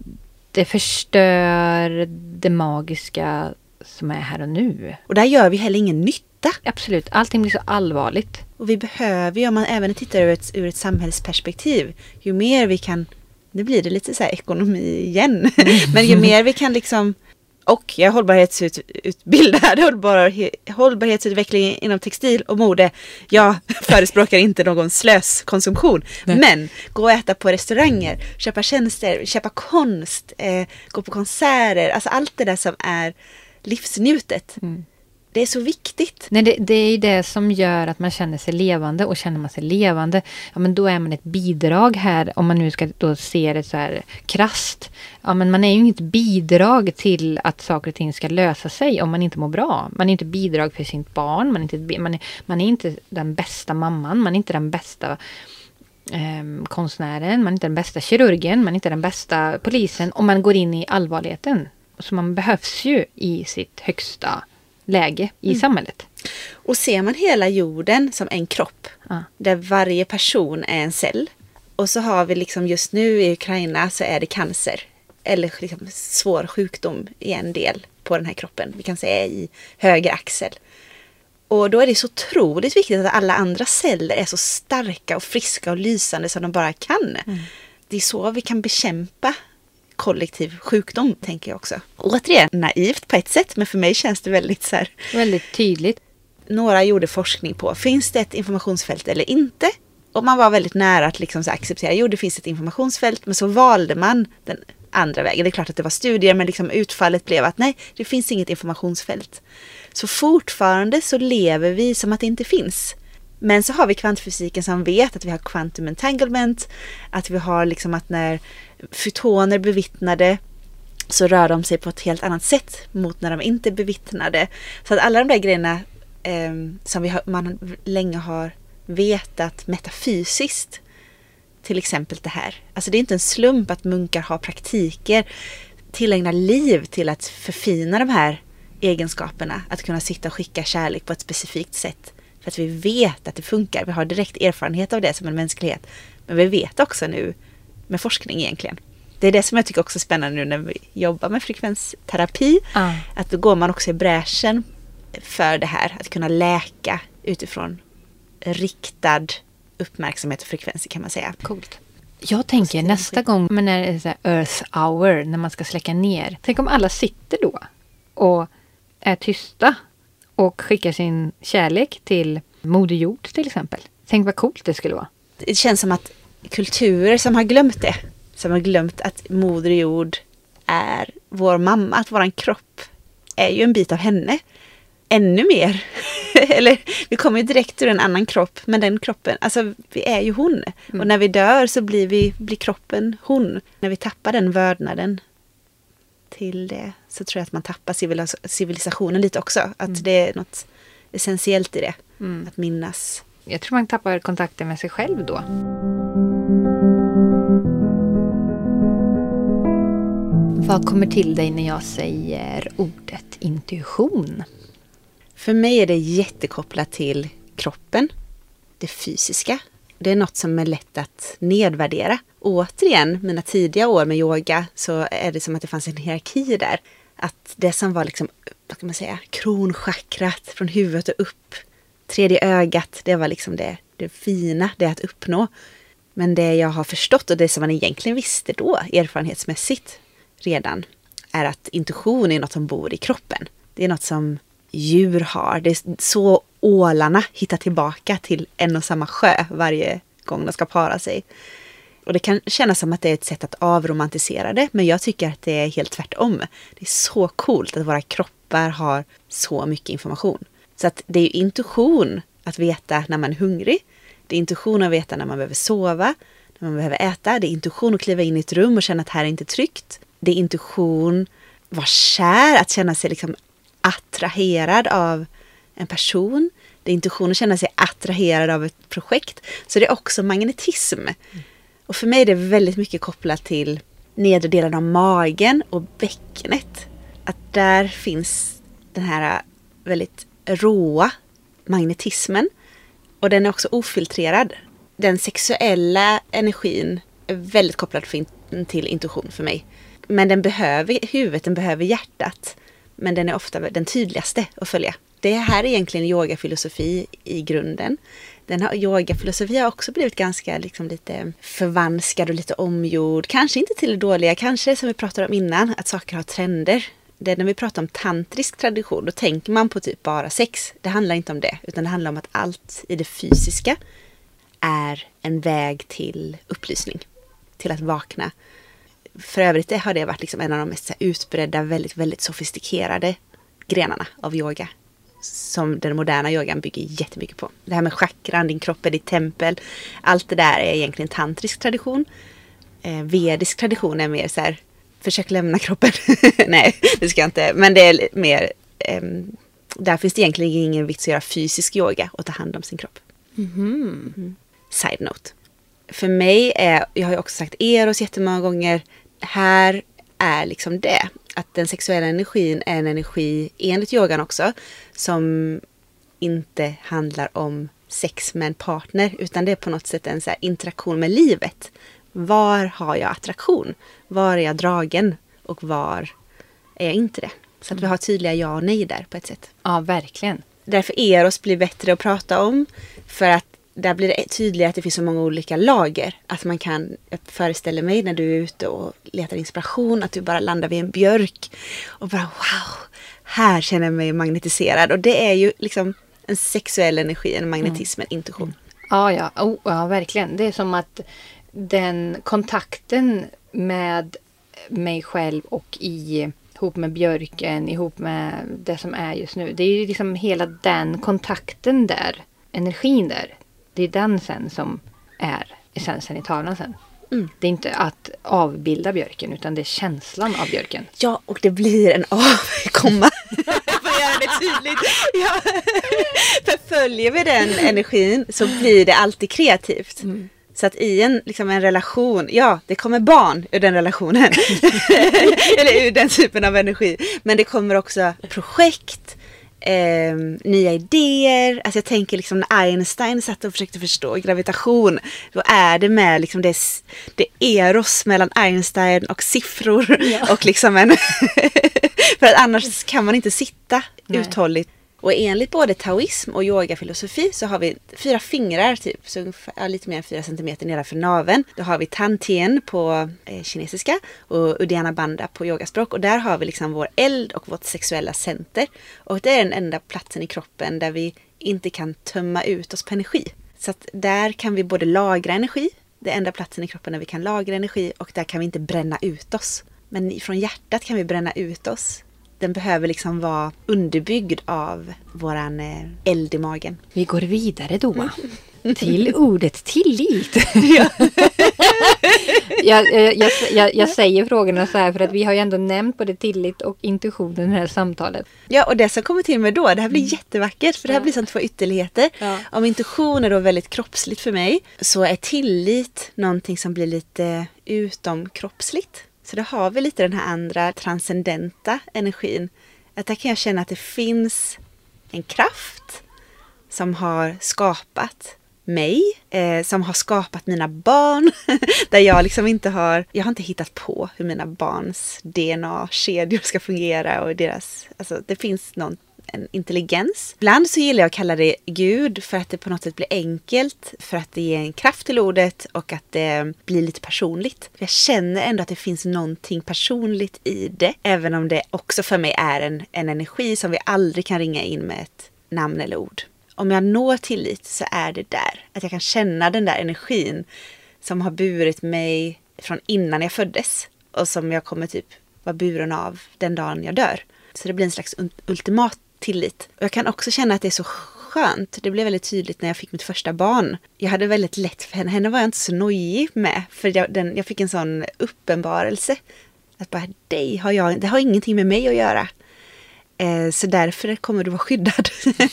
det förstör det magiska som är här och nu. Och där gör vi heller ingen nytta. Absolut, allting blir så allvarligt. Och vi behöver ju, om man även tittar ur ett, ur ett samhällsperspektiv, ju mer vi kan, nu blir det lite så här ekonomi igen, mm. men ju mer vi kan liksom, och jag är hållbarhetsutbildad, hållbar, hållbarhetsutveckling inom textil och mode. Jag förespråkar inte någon slöskonsumtion. Nej. Men gå och äta på restauranger, köpa tjänster, köpa konst, eh, gå på konserter. Alltså allt det där som är livsnjutet. Mm. Det är så viktigt. Nej, det, det är det som gör att man känner sig levande. Och känner man sig levande, ja, men då är man ett bidrag här. Om man nu ska då se det så här krasst. Ja, men man är ju inget bidrag till att saker och ting ska lösa sig om man inte mår bra. Man är inte bidrag för sitt barn. Man är inte, man är, man är inte den bästa mamman. Man är inte den bästa eh, konstnären. Man är inte den bästa kirurgen. Man är inte den bästa polisen. Om man går in i allvarligheten. Så man behövs ju i sitt högsta läge i mm. samhället. Och ser man hela jorden som en kropp, ja. där varje person är en cell. Och så har vi liksom just nu i Ukraina så är det cancer. Eller liksom svår sjukdom i en del på den här kroppen. Vi kan säga i höger axel. Och då är det så otroligt viktigt att alla andra celler är så starka och friska och lysande som de bara kan. Mm. Det är så vi kan bekämpa kollektiv sjukdom, tänker jag också. Återigen, naivt på ett sätt, men för mig känns det väldigt så här... Väldigt tydligt. Några gjorde forskning på, finns det ett informationsfält eller inte? Och man var väldigt nära att liksom så acceptera, jo det finns ett informationsfält, men så valde man den andra vägen. Det är klart att det var studier, men liksom utfallet blev att nej, det finns inget informationsfält. Så fortfarande så lever vi som att det inte finns. Men så har vi kvantfysiken som vet att vi har quantum entanglement, att vi har liksom att när fotoner bevittnade så rör de sig på ett helt annat sätt mot när de inte bevittnade. Så att alla de där grejerna eh, som vi har, man länge har vetat metafysiskt, till exempel det här. Alltså det är inte en slump att munkar har praktiker, tillägnar liv till att förfina de här egenskaperna, att kunna sitta och skicka kärlek på ett specifikt sätt. För att vi vet att det funkar. Vi har direkt erfarenhet av det som en mänsklighet. Men vi vet också nu med forskning egentligen. Det är det som jag tycker också är spännande nu när vi jobbar med frekvensterapi. Ah. Att då går man också i bräschen för det här. Att kunna läka utifrån riktad uppmärksamhet och frekvenser, kan man säga. Coolt. Jag tänker nästa gång men när det är så här Earth hour, när man ska släcka ner. Tänk om alla sitter då och är tysta och skickar sin kärlek till Moder Jord till exempel. Tänk vad coolt det skulle vara. Det känns som att kulturer som har glömt det, som har glömt att Moder Jord är vår mamma, att våran kropp är ju en bit av henne. Ännu mer. Eller vi kommer ju direkt ur en annan kropp, men den kroppen, alltså vi är ju hon. Mm. Och när vi dör så blir, vi, blir kroppen hon. När vi tappar den vördnaden till det så tror jag att man tappar civilis- civilisationen lite också. Att mm. det är något essentiellt i det. Mm. Att minnas. Jag tror man tappar kontakten med sig själv då. Vad kommer till dig när jag säger ordet intuition? För mig är det jättekopplat till kroppen, det fysiska. Det är något som är lätt att nedvärdera. Återigen, mina tidiga år med yoga så är det som att det fanns en hierarki där. Att det som var liksom, vad kan man säga, kronchakrat från huvudet och upp, tredje ögat, det var liksom det, det fina, det att uppnå. Men det jag har förstått och det som man egentligen visste då, erfarenhetsmässigt redan, är att intuition är något som bor i kroppen. Det är något som djur har. Det är så ålarna hittar tillbaka till en och samma sjö varje gång de ska para sig. Och det kan kännas som att det är ett sätt att avromantisera det, men jag tycker att det är helt tvärtom. Det är så coolt att våra kroppar har så mycket information. Så att det är ju intuition att veta när man är hungrig. Det är intuition att veta när man behöver sova, när man behöver äta. Det är intuition att kliva in i ett rum och känna att här är inte tryggt. Det är intuition att vara kär, att känna sig liksom attraherad av en person. Det är intuition att känna sig attraherad av ett projekt. Så det är också magnetism. Mm. Och för mig är det väldigt mycket kopplat till nedre delen av magen och bäckenet. Att där finns den här väldigt råa magnetismen. Och den är också ofiltrerad. Den sexuella energin är väldigt kopplad till intuition för mig. Men den behöver huvudet, den behöver hjärtat. Men den är ofta den tydligaste att följa. Det här är egentligen yogafilosofi i grunden. Den här yogafilosofi har också blivit ganska liksom lite förvanskad och lite omgjord. Kanske inte till det dåliga, kanske som vi pratade om innan, att saker har trender. Det är när vi pratar om tantrisk tradition, då tänker man på typ bara sex. Det handlar inte om det, utan det handlar om att allt i det fysiska är en väg till upplysning, till att vakna. För övrigt har det varit liksom en av de mest utbredda, väldigt, väldigt sofistikerade grenarna av yoga. Som den moderna yogan bygger jättemycket på. Det här med chakran, din kropp är ditt tempel. Allt det där är egentligen tantrisk tradition. Eh, vedisk tradition är mer så här, försök lämna kroppen. Nej, det ska jag inte. Men det är mer, eh, där finns det egentligen ingen vits att göra fysisk yoga och ta hand om sin kropp. Mm-hmm. Mm. Side note. För mig är, jag har ju också sagt eros jättemånga gånger, här är liksom det. att den sexuella energin är en energi, enligt yogan också, som inte handlar om sex med en partner, utan det är på något sätt en så här interaktion med livet. Var har jag attraktion? Var är jag dragen? Och var är jag inte det? Så att vi har tydliga ja och nej där på ett sätt. Ja, verkligen. Därför Eros blir bättre att prata om. För att där blir det tydligare att det finns så många olika lager. Att man kan föreställa mig när du är ute och letar inspiration. Att du bara landar vid en björk. Och bara wow, här känner jag mig magnetiserad. Och det är ju liksom en sexuell energi, en magnetism, en intuition. Ja, ja. Oh, ja, verkligen. Det är som att den kontakten med mig själv och i, ihop med björken, ihop med det som är just nu. Det är ju liksom hela den kontakten där, energin där. Det är den sen som är essensen i tavlan sen. Mm. Det är inte att avbilda björken, utan det är känslan av björken. Ja, och det blir en avkomma. För att göra det tydligt. Ja. För följer vi den energin så blir det alltid kreativt. Mm. Så att i en, liksom en relation, ja, det kommer barn ur den relationen. Eller ur den typen av energi. Men det kommer också projekt, eh, nya idéer. Alltså jag tänker liksom när Einstein satt och försökte förstå gravitation. Då är det med liksom det, det eros mellan Einstein och siffror. Ja. Och liksom en för att annars kan man inte sitta Nej. uthålligt. Och enligt både taoism och yogafilosofi så har vi fyra fingrar, typ, så ungefär, lite mer än fyra centimeter nedanför naveln. Då har vi tantien på eh, kinesiska och uddiyana bandha på yogaspråk. Och där har vi liksom vår eld och vårt sexuella center. Och det är den enda platsen i kroppen där vi inte kan tömma ut oss på energi. Så att där kan vi både lagra energi, det är enda platsen i kroppen där vi kan lagra energi, och där kan vi inte bränna ut oss. Men från hjärtat kan vi bränna ut oss. Den behöver liksom vara underbyggd av våran eld i magen. Vi går vidare då till ordet tillit. Ja. jag, jag, jag, jag säger frågorna så här för att vi har ju ändå nämnt både tillit och intuition i det här samtalet. Ja, och det som kommer till med då, det här blir mm. jättevackert, för det här blir som två ytterligheter. Ja. Om intuition är då väldigt kroppsligt för mig, så är tillit någonting som blir lite utomkroppsligt. Så då har vi lite den här andra transcendenta energin. Att där kan jag känna att det finns en kraft som har skapat mig. Eh, som har skapat mina barn. Där jag liksom inte har, jag har inte hittat på hur mina barns D N A-kedjor ska fungera. Och deras, alltså det finns någon en intelligens. Ibland så gillar jag att kalla det Gud för att det på något sätt blir enkelt, för att det ger en kraft till ordet och att det blir lite personligt. Jag känner ändå att det finns någonting personligt i det, även om det också för mig är en, en energi som vi aldrig kan ringa in med ett namn eller ord. Om jag når tillit så är det där. Att jag kan känna den där energin som har burit mig från innan jag föddes och som jag kommer typ vara buren av den dagen jag dör. Så det blir en slags ultimat tillit. Och jag kan också känna att det är så skönt. Det blev väldigt tydligt när jag fick mitt första barn. Jag hade väldigt lätt för henne. Henne var jag inte så nojig med. För jag, den, jag fick en sån uppenbarelse. Att bara, dig har jag, det har ingenting med mig att göra. Eh, så därför kommer du vara skyddad.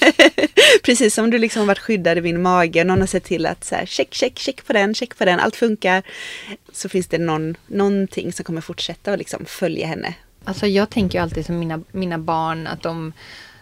Precis som du liksom varit skyddad i min mage. Och någon har sett till att så här, check, check, check på den, check på den. Allt funkar. Så finns det någon, någonting som kommer fortsätta och liksom följa henne. Alltså jag tänker ju alltid som mina, mina barn att de,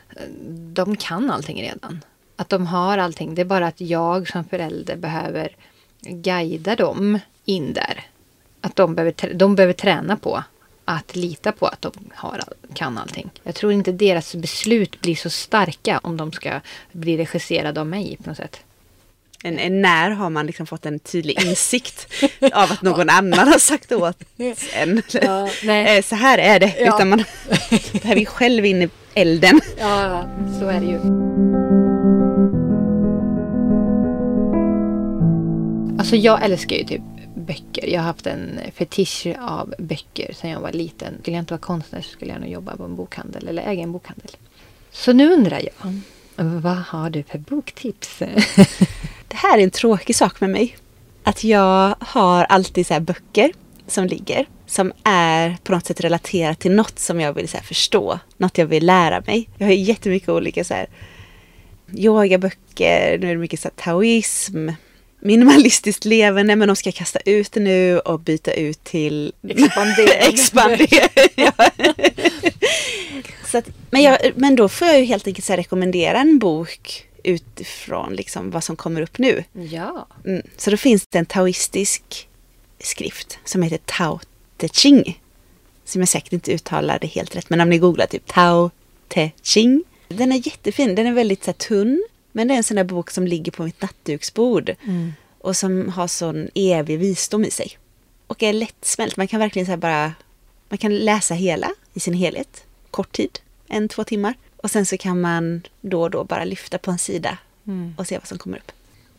de kan allting redan. Att de har allting. Det är bara att jag som förälder behöver guida dem in där. Att de behöver, de behöver träna på att lita på att de har, kan allting. Jag tror inte deras beslut blir så starka om de ska bli regisserade av mig på något sätt. En, en, när har man liksom fått en tydlig insikt av att någon annan har sagt åt en. Ja, nej. Så här är det. Ja. Utan man är vi själv inne i elden. Ja, så är det ju. Alltså jag älskar ju typ böcker. Jag har haft en fetisch av böcker sedan jag var liten. Skulle jag inte vara konstnär så skulle jag nog jobba på en bokhandel eller äga en bokhandel. Så nu undrar jag, vad har du för boktips? Det här är en tråkig sak med mig. Att jag har alltid så här böcker som ligger. Som är på något sätt relaterat till något som jag vill så här förstå. Något jag vill lära mig. Jag har jättemycket olika så här yogaböcker. Nu är det mycket så här taoism. minimalistiskt levande, men de ska kasta ut det nu och byta ut till Expandera. Expandera. Ja. Så att, men, jag, men då får jag ju helt enkelt så här rekommendera en bok utifrån liksom vad som kommer upp nu. Ja. Mm. Så då finns det en taoistisk skrift som heter Tao Te Ching. Som jag säkert inte uttalade helt rätt, men om ni googlar typ Tao Te Ching. Den är jättefin, den är väldigt så här, tunn. Men det är en sån där bok som ligger på mitt nattduksbord. Mm. Och som har sån evig visdom i sig. Och är lättsmält. Man kan verkligen så här bara... Man kan läsa hela i sin helhet. Kort tid. En, två timmar. Och sen så kan man då och då bara lyfta på en sida. Mm. Och se vad som kommer upp.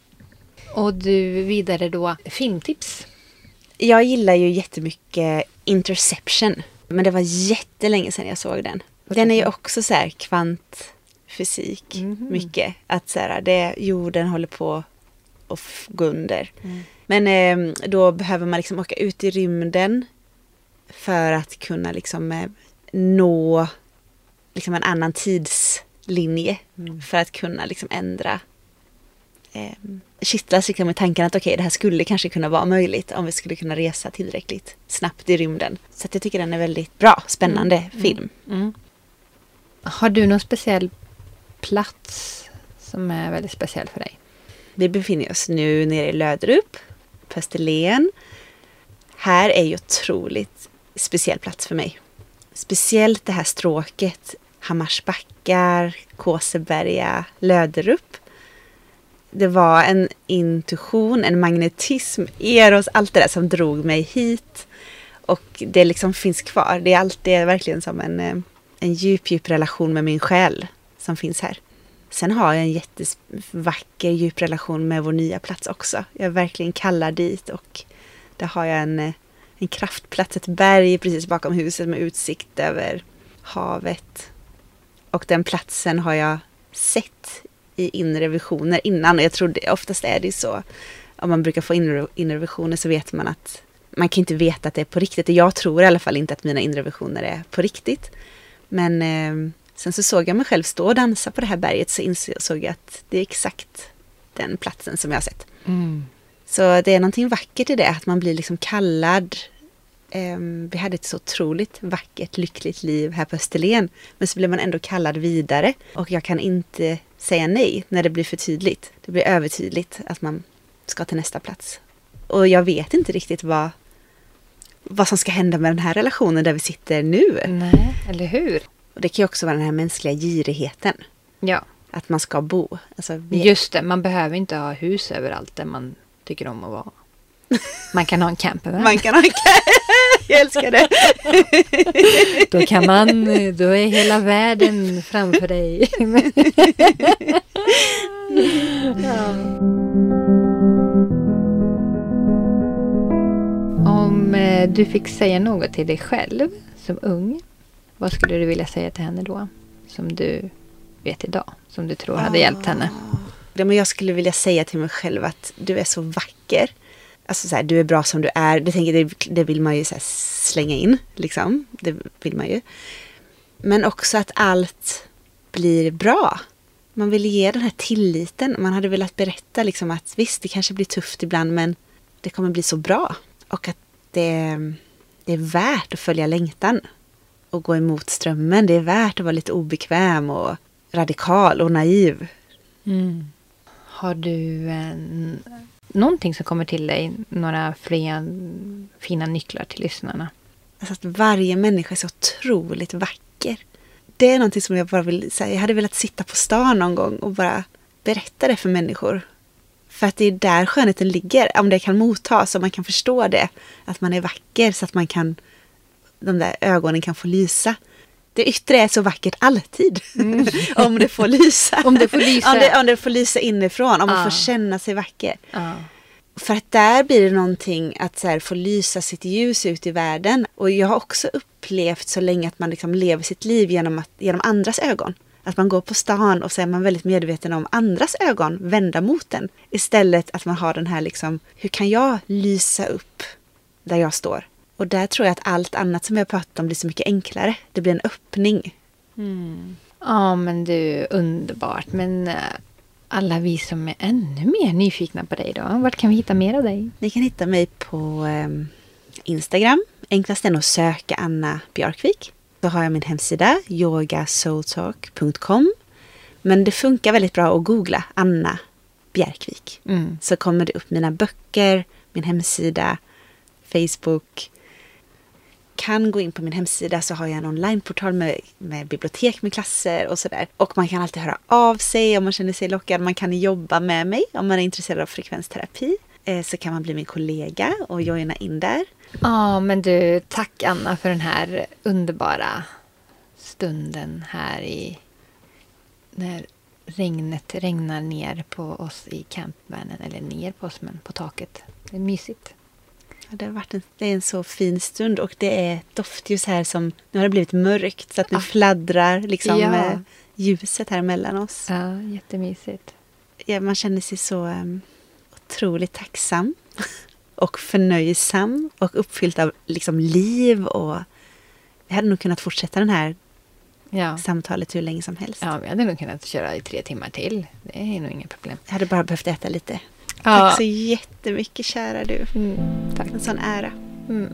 Och du vidare då filmtips? Jag gillar ju jättemycket Interception. Men det var jättelänge sedan jag såg den. Den är ju också så här kvantfysik. Mm-hmm. Mycket. Att så här, det, jorden håller på att gå under. Mm. Men eh, då behöver man liksom åka ut i rymden. För att kunna liksom eh, nå liksom en annan tidslinje. Mm. För att kunna liksom ändra. Eh, kittlas liksom med tanken att okej, okay, det här skulle kanske kunna vara möjligt. Om vi skulle kunna resa tillräckligt snabbt i rymden. Så att jag tycker den är väldigt bra, spännande mm. film. Mm. Har du någon speciell plats som är väldigt speciell för dig? Vi befinner oss nu nere i Löderup, på Österlen. Här är ju otroligt speciell plats för mig. Speciellt det här stråket, Hammarsbackar, Kåseberga, Löderup. Det var en intuition, en magnetism, eros, allt det där som drog mig hit. Och det liksom finns kvar. Det är alltid verkligen som en... En djup, djup relation med min själ som finns här. Sen har jag en jättevacker, djup relation med vår nya plats också. Jag är verkligen kallad dit och där har jag en, en kraftplats, ett berg precis bakom huset med utsikt över havet. Och den platsen har jag sett i inre visioner innan. Och jag tror det, oftast är det så. Om man brukar få inre, inre visioner så vet man att man kan inte veta att det är på riktigt. Jag tror i alla fall inte att mina inre visioner är på riktigt. Men eh, sen så såg jag mig själv stå och dansa på det här berget så insåg jag att det är exakt den platsen som jag har sett. Mm. Så det är någonting vackert i det, att man blir liksom kallad. Eh, vi hade ett så otroligt vackert, lyckligt liv här på Österlen. Men så blir man ändå kallad vidare. Och jag kan inte säga nej när det blir för tydligt. Det blir övertydligt att man ska till nästa plats. Och jag vet inte riktigt vad... vad som ska hända med den här relationen där vi sitter nu. Nej, eller hur? Och det kan ju också vara den här mänskliga girigheten. Ja. Att man ska bo. Alltså, vi... Just det, man behöver inte ha hus överallt där man tycker om att vara. Man kan ha en campervan. Man kan ha en campervan. Jag älskar det. Då kan man, då är hela världen framför dig. Ja. Om du fick säga något till dig själv som ung, vad skulle du vilja säga till henne då? Som du vet idag, som du tror hade hjälpt henne. Ja, men jag skulle vilja säga till mig själv att du är så vacker. Alltså så här, du är bra som du är. Det, tänker, det, det vill man ju så här slänga in, liksom. Det vill man ju. Men också att allt blir bra. Man vill ge den här tilliten. Man hade velat berätta liksom att visst, det kanske blir tufft ibland, men det kommer bli så bra. Och att det, det är värt att följa längtan och gå emot strömmen. Det är värt att vara lite obekväm och radikal och naiv. Mm. Har du en, någonting som kommer till dig, några fria, fina nycklar till lyssnarna? Alltså att varje människa är så otroligt vacker. Det är någonting som jag bara vill säga. Jag hade velat sitta på stan någon gång och bara berätta det för människor. För att det är där skönheten ligger. Om det kan mottas och man kan förstå det. Att man är vacker så att man kan, de där ögonen kan få lysa. Det yttre är så vackert alltid. Mm. om det får lysa. Om det får lysa. om, det, om det får lysa inifrån. Om man ah. får känna sig vacker. Ah. För att där blir det någonting att så här, få lysa sitt ljus ut i världen. Och jag har också upplevt så länge att man liksom lever sitt liv genom, att, genom andras ögon. Att man går på stan och så är man väldigt medveten om andras ögon vända mot den. Istället att man har den här liksom, hur kan jag lysa upp där jag står? Och där tror jag att allt annat som jag pratat om blir så mycket enklare. Det blir en öppning. Mm. Ja, men det är underbart. Men alla vi som är ännu mer nyfikna på dig då, vart kan vi hitta mer av dig? Ni kan hitta mig på eh, Instagram. Enklast är att söka Anna Björkvik. Så har jag min hemsida yoga soul talk punkt com. Men det funkar väldigt bra att googla Anna Björkvik. Mm. Så kommer det upp mina böcker, min hemsida, Facebook. Kan gå in på min hemsida så har jag en onlineportal med, med bibliotek med klasser och sådär. Och man kan alltid höra av sig om man känner sig lockad. Man kan jobba med mig om man är intresserad av frekvensterapi. Eh, så kan man bli min kollega och joina in där. Ja, men du, tack Anna för den här underbara stunden här i när regnet regnar ner på oss i campvärnen. Eller ner på oss, men på taket. Det är mysigt. Ja, det har varit en, det är en så fin stund och det är doftljus här som, nu har det blivit mörkt så att nu ah. fladdrar liksom ja. med ljuset här mellan oss. Ja, jättemysigt. Ja, man känner sig så um, otroligt tacksam och förnöjsam och uppfylld av liksom liv, och vi hade nog kunnat fortsätta den här ja. samtalet hur länge som helst. Ja, vi hade nog kunnat köra i tre timmar till. Det är nog inga problem. Jag hade bara behövt äta lite. Ja. Tack så jättemycket, kära du. Mm, tack. En sån ära. Mm.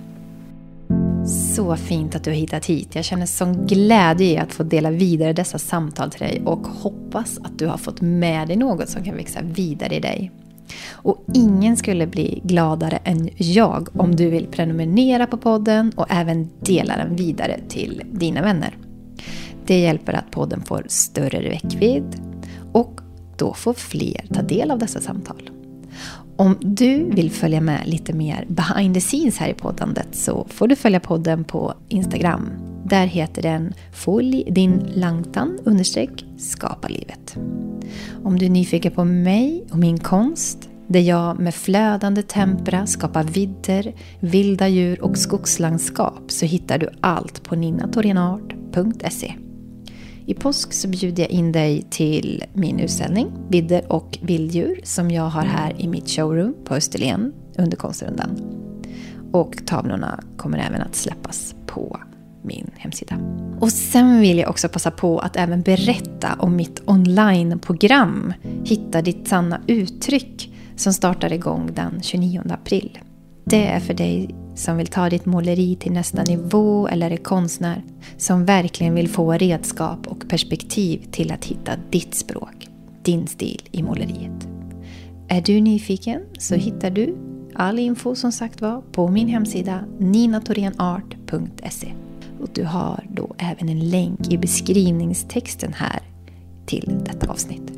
Så fint att du har hittat hit. Jag känner sån glädje i att få dela vidare dessa samtal till dig och hoppas att du har fått med dig något som kan växa vidare i dig. Och ingen skulle bli gladare än jag om du vill prenumerera på podden och även dela den vidare till dina vänner. Det hjälper att podden får större räckvidd och då får fler ta del av dessa samtal. Om du vill följa med lite mer behind the scenes här i poddandet så får du följa podden på Instagram. Där heter den Följ din langtan understreck skapa livet. Om du är nyfiken på mig och min konst, där jag med flödande tempera skapar vidder, vilda djur och skogslandskap, så hittar du allt på nina torian art punkt se. I påsk så bjuder jag in dig till min utställning Vidder och vilddjur som jag har här i mitt showroom på Österlen under konstrundan. Och tavlorna kommer även att släppas på min hemsida. Och sen vill jag också passa på att även berätta om mitt online-program Hitta ditt sanna uttryck som startar igång den tjugonionde april. Det är för dig som vill ta ditt måleri till nästa nivå eller är konstnär som verkligen vill få redskap och perspektiv till att hitta ditt språk, din stil i måleriet. Är du nyfiken så hittar du all info som sagt var på min hemsida nina torian art punkt se. Och du har då även en länk i beskrivningstexten här till detta avsnitt.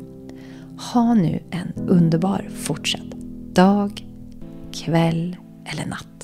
Ha nu en underbar fortsatt dag, kväll eller natt.